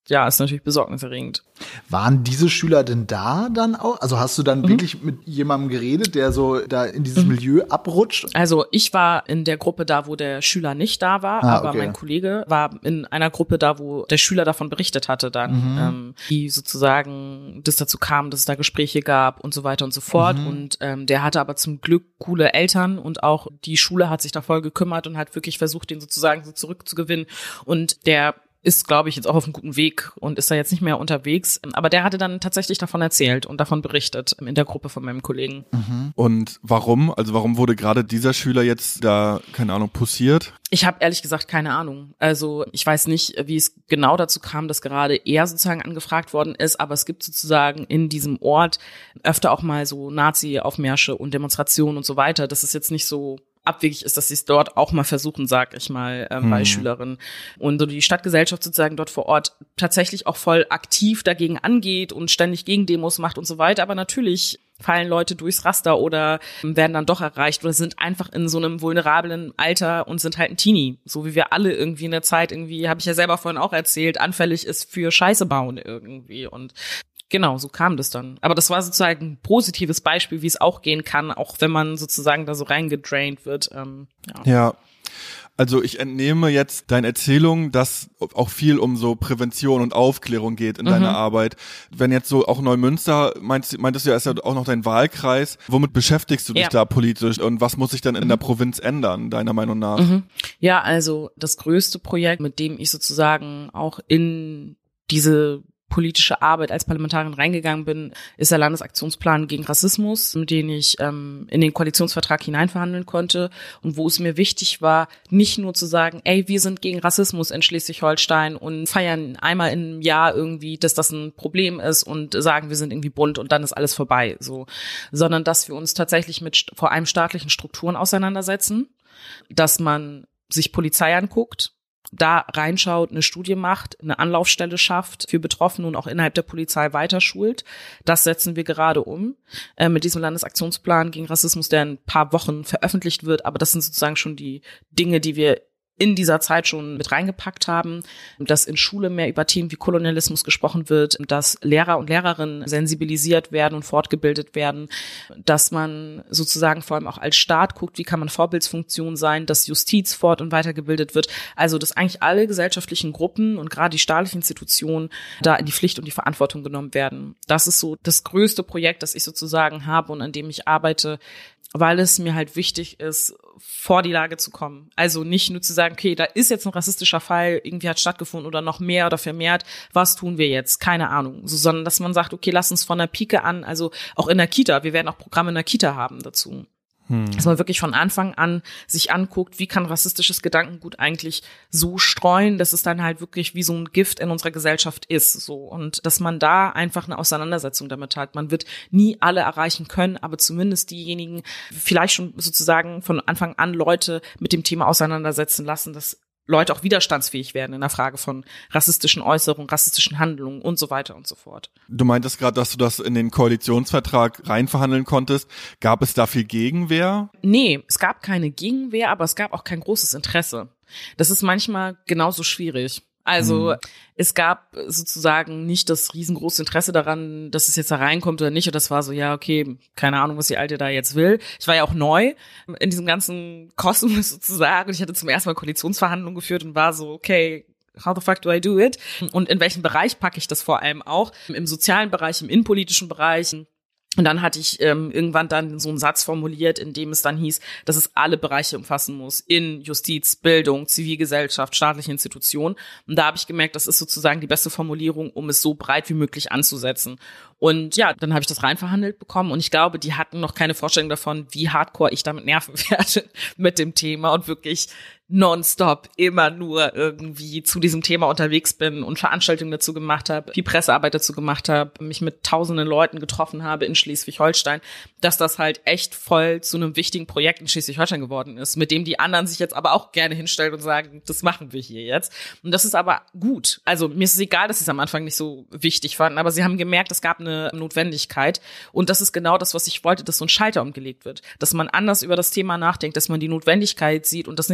ja, ist natürlich besorgniserregend. Waren diese Schüler denn da dann auch? Also hast du dann wirklich mit jemandem geredet, der so da in dieses Milieu abrutscht? Also ich war in der Gruppe da, wo der Schüler nicht da war, aber mein Kollege war in einer Gruppe da, wo der Schüler davon berichtet hatte dann, wie sozusagen das dazu kam, dass es da Gespräche gab und so weiter und so fort. Und der hatte aber zum Glück coole Eltern und auch die Schule hat sich da voll gekümmert und hat wirklich versucht, den sozusagen so zurückzugewinnen. Und der ist, glaube ich, jetzt auch auf einem guten Weg und ist da jetzt nicht mehr unterwegs. Aber der hatte dann tatsächlich davon erzählt und davon berichtet in der Gruppe von meinem Kollegen. Und warum? Also warum wurde gerade dieser Schüler jetzt da, keine Ahnung, poussiert? Ich habe ehrlich gesagt keine Ahnung. Also ich weiß nicht, wie es genau dazu kam, dass gerade er sozusagen angefragt worden ist, aber es gibt sozusagen in diesem Ort öfter auch mal so Nazi-Aufmärsche und Demonstrationen und so weiter. Das ist jetzt nicht so abwegig ist, dass sie es dort auch mal versuchen, sag ich mal, bei Schülerinnen. Und so die Stadtgesellschaft sozusagen dort vor Ort tatsächlich auch voll aktiv dagegen angeht und ständig Gegendemos macht und so weiter. Aber natürlich fallen Leute durchs Raster oder werden dann doch erreicht oder sind einfach in so einem vulnerablen Alter und sind halt ein Teenie. So wie wir alle irgendwie in der Zeit irgendwie, habe ich ja selber vorhin auch erzählt, anfällig ist für Scheiße bauen irgendwie. Und genau, so kam das dann. Aber das war sozusagen ein positives Beispiel, wie es auch gehen kann, auch wenn man sozusagen da so reingedraint wird. Ja, also ich entnehme jetzt deinen Erzählungen, dass auch viel um so Prävention und Aufklärung geht in deiner Arbeit. Wenn jetzt so auch Neumünster, meintest du ja, ist ja auch noch dein Wahlkreis. Womit beschäftigst du dich da politisch und was muss sich dann in der Provinz ändern, deiner Meinung nach? Ja, also das größte Projekt, mit dem ich sozusagen auch in diese politische Arbeit als Parlamentarierin reingegangen bin, ist der Landesaktionsplan gegen Rassismus, mit dem ich in den Koalitionsvertrag hineinverhandeln konnte und wo es mir wichtig war, nicht nur zu sagen, ey, wir sind gegen Rassismus in Schleswig-Holstein und feiern einmal im Jahr irgendwie, dass das ein Problem ist und sagen, wir sind irgendwie bunt und dann ist alles vorbei, so, sondern dass wir uns tatsächlich mit vor allem staatlichen Strukturen auseinandersetzen, dass man sich Polizei anguckt, da reinschaut, eine Studie macht, eine Anlaufstelle schafft für Betroffene und auch innerhalb der Polizei weiterschult. Das setzen wir gerade um mit diesem Landesaktionsplan gegen Rassismus, der in ein paar Wochen veröffentlicht wird. Aber das sind sozusagen schon die Dinge, die wir in dieser Zeit schon mit reingepackt haben, dass in Schule mehr über Themen wie Kolonialismus gesprochen wird, dass Lehrer und Lehrerinnen sensibilisiert werden und fortgebildet werden, dass man sozusagen vor allem auch als Staat guckt, wie kann man Vorbildsfunktion sein, dass Justiz fort- und weitergebildet wird. Also, dass eigentlich alle gesellschaftlichen Gruppen und gerade die staatlichen Institutionen da in die Pflicht und die Verantwortung genommen werden. Das ist so das größte Projekt, das ich sozusagen habe und an dem ich arbeite, weil es mir halt wichtig ist, vor die Lage zu kommen. Also nicht nur zu sagen, okay, da ist jetzt ein rassistischer Fall, irgendwie hat stattgefunden oder noch mehr oder vermehrt, was tun wir jetzt? Keine Ahnung. So, sondern dass man sagt, okay, lass uns von der Pike an, also auch in der Kita, wir werden auch Programme in der Kita haben dazu. Dass man wirklich von Anfang an sich anguckt, wie kann rassistisches Gedankengut eigentlich so streuen, dass es dann halt wirklich wie so ein Gift in unserer Gesellschaft ist, so. Und dass man da einfach eine Auseinandersetzung damit hat. Man wird nie alle erreichen können, aber zumindest diejenigen vielleicht schon sozusagen von Anfang an Leute mit dem Thema auseinandersetzen lassen, dass Leute auch widerstandsfähig werden in der Frage von rassistischen Äußerungen, rassistischen Handlungen und so weiter und so fort. Du meintest gerade, dass du das in den Koalitionsvertrag reinverhandeln konntest. Gab es da viel Gegenwehr? Nee, es gab keine Gegenwehr, aber es gab auch kein großes Interesse. Das ist manchmal genauso schwierig. Also es gab sozusagen nicht das riesengroße Interesse daran, dass es jetzt da reinkommt oder nicht. Und das war so, ja, okay, keine Ahnung, was die Alte da jetzt will. Ich war ja auch neu in diesem ganzen Kosmos sozusagen. Und ich hatte zum ersten Mal Koalitionsverhandlungen geführt und war so, okay, how the fuck do I do it? Und in welchem Bereich packe ich das vor allem auch? Im sozialen Bereich, im innenpolitischen Bereich. Und dann hatte ich irgendwann dann so einen Satz formuliert, in dem es dann hieß, dass es alle Bereiche umfassen muss, in Justiz, Bildung, Zivilgesellschaft, staatliche Institutionen. Und da habe ich gemerkt, das ist sozusagen die beste Formulierung, um es so breit wie möglich anzusetzen. Und ja, dann habe ich das reinverhandelt bekommen und ich glaube, die hatten noch keine Vorstellung davon, wie hardcore ich damit nerven werde mit dem Thema und wirklich nonstop immer nur irgendwie zu diesem Thema unterwegs bin und Veranstaltungen dazu gemacht habe, viel Pressearbeit dazu gemacht habe, mich mit tausenden Leuten getroffen habe in Schleswig-Holstein, dass das halt echt voll zu einem wichtigen Projekt in Schleswig-Holstein geworden ist, mit dem die anderen sich jetzt aber auch gerne hinstellen und sagen, das machen wir hier jetzt. Und das ist aber gut. Also mir ist es egal, dass sie es am Anfang nicht so wichtig fanden, aber sie haben gemerkt, es gab eine Notwendigkeit und das ist genau das, was ich wollte, dass so ein Schalter umgelegt wird, dass man anders über das Thema nachdenkt, dass man die Notwendigkeit sieht und das nicht als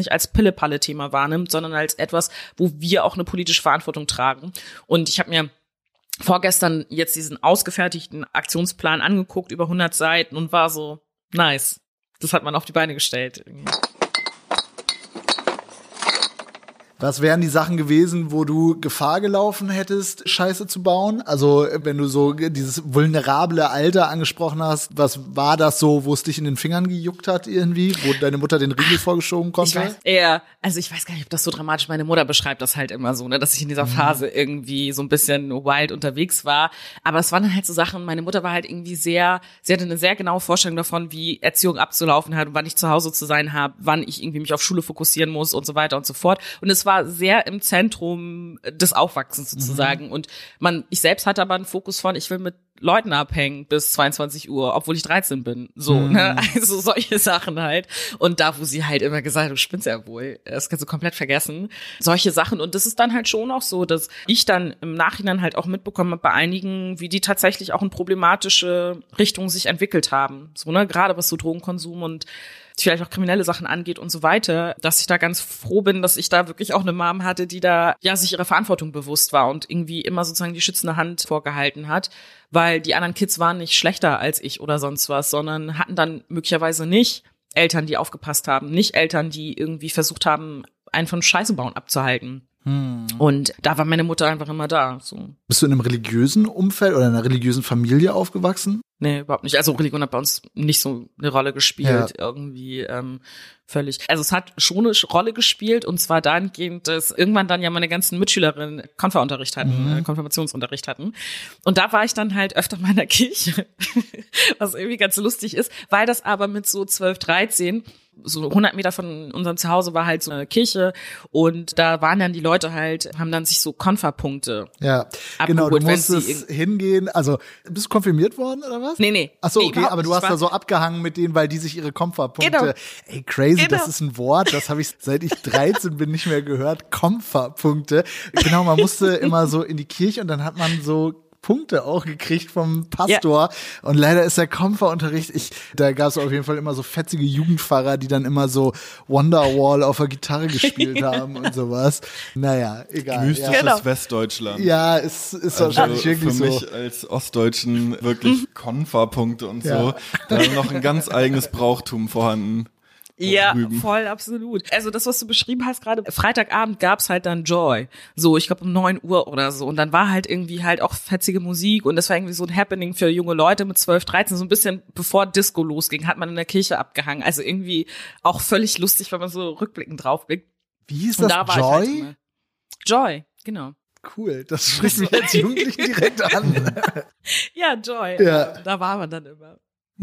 Pille-Palle-Thema wahrnimmt, sondern als etwas, wo wir auch eine politische Verantwortung tragen. Und ich habe mir vorgestern jetzt diesen ausgefertigten Aktionsplan angeguckt, über 100 Seiten und war so, nice. Das hat man auf die Beine gestellt. Was wären die Sachen gewesen, wo du Gefahr gelaufen hättest, Scheiße zu bauen? Also wenn du so dieses vulnerable Alter angesprochen hast, was war das so, wo es dich in den Fingern gejuckt hat irgendwie? Wo deine Mutter den Riegel vorgeschoben konnte? Ich weiß gar nicht, ob das so dramatisch, meine Mutter beschreibt das halt immer so, ne, dass ich in dieser Phase irgendwie so ein bisschen wild unterwegs war. Aber es waren dann halt so Sachen, meine Mutter war halt irgendwie sie hatte eine sehr genaue Vorstellung davon, wie Erziehung abzulaufen hat und wann ich zu Hause zu sein habe, wann ich irgendwie mich auf Schule fokussieren muss und so weiter und so fort. Und es war sehr im Zentrum des Aufwachsens sozusagen. Und ich selbst hatte aber einen Fokus von, ich will mit Leuten abhängen bis 22 Uhr, obwohl ich 13 bin. So, ne? Also solche Sachen halt. Und da, wo sie halt immer gesagt hat, du spinnst ja wohl, das kannst du komplett vergessen. Solche Sachen. Und das ist dann halt schon auch so, dass ich dann im Nachhinein halt auch mitbekommen habe bei einigen, wie die tatsächlich auch in problematische Richtungen sich entwickelt haben. So, ne? Gerade was so Drogenkonsum und vielleicht auch kriminelle Sachen angeht und so weiter, dass ich da ganz froh bin, dass ich da wirklich auch eine Mom hatte, die da ja sich ihrer Verantwortung bewusst war und irgendwie immer sozusagen die schützende Hand vorgehalten hat, weil die anderen Kids waren nicht schlechter als ich oder sonst was, sondern hatten dann möglicherweise nicht Eltern, die aufgepasst haben, nicht Eltern, die irgendwie versucht haben, einen von Scheiße bauen abzuhalten. Und da war meine Mutter einfach immer da. So. Bist du in einem religiösen Umfeld oder in einer religiösen Familie aufgewachsen? Nee, überhaupt nicht. Also Religion hat bei uns nicht so eine Rolle gespielt, irgendwie völlig. Also es hat schon eine Rolle gespielt und zwar dahingehend, dass irgendwann dann ja meine ganzen Mitschülerinnen Konfirmationsunterricht hatten. Und da war ich dann halt öfter mal in der Kirche, was irgendwie ganz lustig ist, weil das aber mit so 12, 13 so 100 Meter von unserem Zuhause war halt so eine Kirche und da waren dann die Leute halt, haben dann sich so Konferpunkte genau, du musstest hingehen, also bist du konfirmiert worden oder was? Nee. Ach so, okay, aber du hast da so abgehangen mit denen, weil die sich ihre Konferpunkte, ey crazy, das ist ein Wort, das habe ich seit ich 13 bin nicht mehr gehört, Konferpunkte. Genau, man musste immer so in die Kirche und dann hat man so Punkte auch gekriegt vom Pastor. Ja. Und leider ist der Konferunterricht, da gab es auf jeden Fall immer so fetzige Jugendpfarrer, die dann immer so Wonderwall auf der Gitarre gespielt haben und sowas. Naja, egal. Mystisches Westdeutschland. Ja, ist wahrscheinlich wirklich so. Für mich als Ostdeutschen wirklich Konferpunkte und so. Da ist noch ein ganz eigenes Brauchtum vorhanden. Ja, voll, absolut. Also das, was du beschrieben hast gerade, Freitagabend gab's halt dann Joy. So, ich glaube um 9 Uhr oder so. Und dann war halt irgendwie halt auch fetzige Musik und das war irgendwie so ein Happening für junge Leute mit 12, 13. So ein bisschen bevor Disco losging, hat man in der Kirche abgehangen. Also irgendwie auch völlig lustig, wenn man so rückblickend draufblickt. Wie hieß das? Da Joy? Halt Joy, genau. Cool, das spricht mich als Jugendlichen direkt an. Ja, Joy. Ja. Da war man dann immer.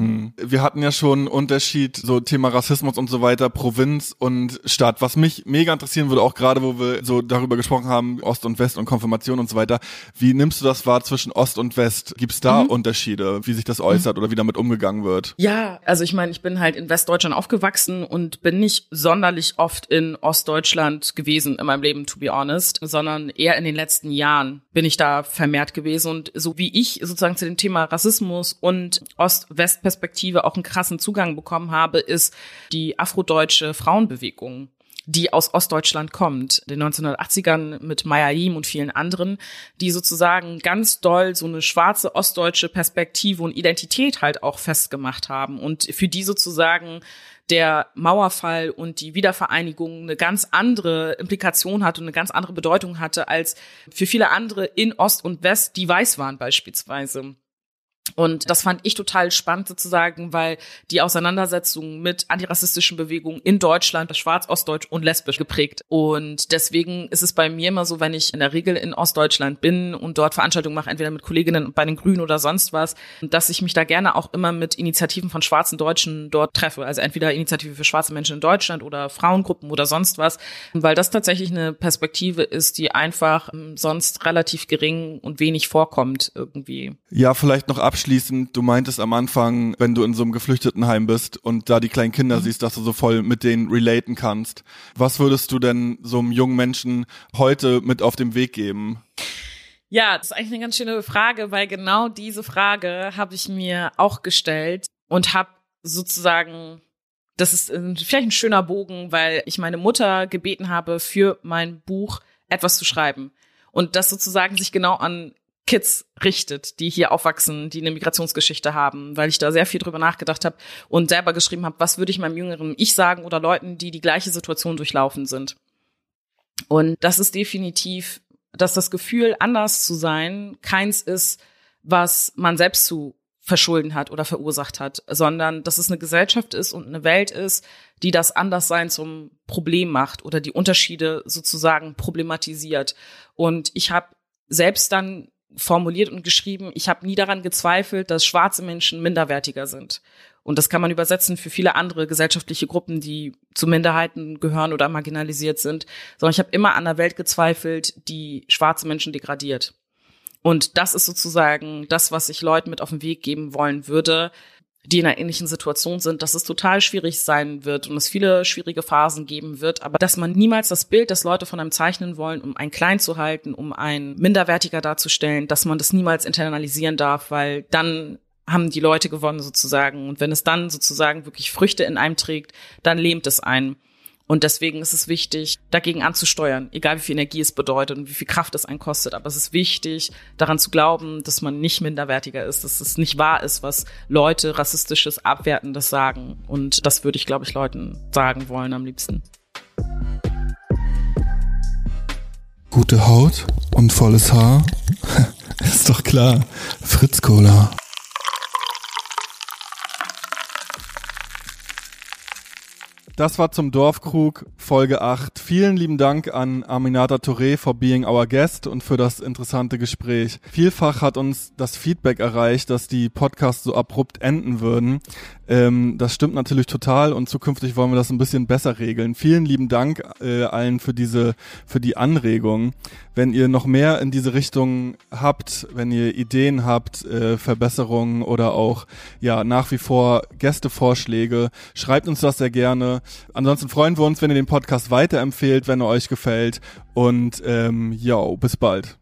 Wir hatten ja schon einen Unterschied, so Thema Rassismus und so weiter, Provinz und Stadt. Was mich mega interessieren würde, auch gerade, wo wir so darüber gesprochen haben, Ost und West und Konfirmation und so weiter. Wie nimmst du das wahr zwischen Ost und West? Gibt es da Unterschiede, wie sich das äußert oder wie damit umgegangen wird? Ja, also ich meine, ich bin halt in Westdeutschland aufgewachsen und bin nicht sonderlich oft in Ostdeutschland gewesen in meinem Leben, to be honest, sondern eher in den letzten Jahren bin ich da vermehrt gewesen. Und so wie ich sozusagen zu dem Thema Rassismus und Ost-West-Perspektive auch einen krassen Zugang bekommen habe, ist die afrodeutsche Frauenbewegung, die aus Ostdeutschland kommt, in den 1980ern mit Maya Yim und vielen anderen, die sozusagen ganz doll so eine schwarze ostdeutsche Perspektive und Identität halt auch festgemacht haben und für die sozusagen der Mauerfall und die Wiedervereinigung eine ganz andere Implikation hatte und eine ganz andere Bedeutung hatte als für viele andere in Ost und West, die weiß waren beispielsweise. Und das fand ich total spannend sozusagen, weil die Auseinandersetzung mit antirassistischen Bewegungen in Deutschland schwarz, ostdeutsch und lesbisch geprägt. Und deswegen ist es bei mir immer so, wenn ich in der Regel in Ostdeutschland bin und dort Veranstaltungen mache, entweder mit Kolleginnen bei den Grünen oder sonst was, dass ich mich da gerne auch immer mit Initiativen von schwarzen Deutschen dort treffe. Also entweder Initiative für schwarze Menschen in Deutschland oder Frauengruppen oder sonst was, weil das tatsächlich eine Perspektive ist, die einfach sonst relativ gering und wenig vorkommt irgendwie. Ja, vielleicht noch abschließend, du meintest am Anfang, wenn du in so einem Geflüchtetenheim bist und da die kleinen Kinder siehst, dass du so voll mit denen relaten kannst. Was würdest du denn so einem jungen Menschen heute mit auf den Weg geben? Ja, das ist eigentlich eine ganz schöne Frage, weil genau diese Frage habe ich mir auch gestellt und habe sozusagen das ist vielleicht ein schöner Bogen, weil ich meine Mutter gebeten habe, für mein Buch etwas zu schreiben. Und das sozusagen sich genau an Kids richtet, die hier aufwachsen, die eine Migrationsgeschichte haben, weil ich da sehr viel drüber nachgedacht habe und selber geschrieben habe, was würde ich meinem jüngeren Ich sagen oder Leuten, die die gleiche Situation durchlaufen sind. Und das ist definitiv, dass das Gefühl, anders zu sein, keins ist, was man selbst zu verschulden hat oder verursacht hat, sondern dass es eine Gesellschaft ist und eine Welt ist, die das Anderssein zum Problem macht oder die Unterschiede sozusagen problematisiert. Und ich habe selbst dann formuliert und geschrieben, ich habe nie daran gezweifelt, dass schwarze Menschen minderwertiger sind. Und das kann man übersetzen für viele andere gesellschaftliche Gruppen, die zu Minderheiten gehören oder marginalisiert sind. Sondern ich habe immer an der Welt gezweifelt, die schwarze Menschen degradiert. Und das ist sozusagen das, was ich Leuten mit auf den Weg geben wollen würde, die in einer ähnlichen Situation sind, dass es total schwierig sein wird und es viele schwierige Phasen geben wird, aber dass man niemals das Bild, das Leute von einem zeichnen wollen, um einen klein zu halten, um einen minderwertiger darzustellen, dass man das niemals internalisieren darf, weil dann haben die Leute gewonnen sozusagen. Und wenn es dann sozusagen wirklich Früchte in einem trägt, dann lähmt es einen. Und deswegen ist es wichtig, dagegen anzusteuern, egal wie viel Energie es bedeutet und wie viel Kraft es einen kostet. Aber es ist wichtig, daran zu glauben, dass man nicht minderwertiger ist, dass es nicht wahr ist, was Leute Rassistisches, Abwertendes sagen. Und das würde ich, glaube ich, Leuten sagen wollen am liebsten. Gute Haut und volles Haar? Ist doch klar. Fritz Cola. Das war zum Dorfkrug Folge 8. Vielen lieben Dank an Aminata Touré for being our guest und für das interessante Gespräch. Vielfach hat uns das Feedback erreicht, dass die Podcasts so abrupt enden würden. Das stimmt natürlich total und zukünftig wollen wir das ein bisschen besser regeln. Vielen lieben Dank allen für die Anregung. Wenn ihr noch mehr in diese Richtung habt, wenn ihr Ideen habt, Verbesserungen oder auch nach wie vor Gästevorschläge, schreibt uns das sehr gerne. Ansonsten freuen wir uns, wenn ihr den Podcast weiterempfehlt, wenn er euch gefällt. Und bis bald.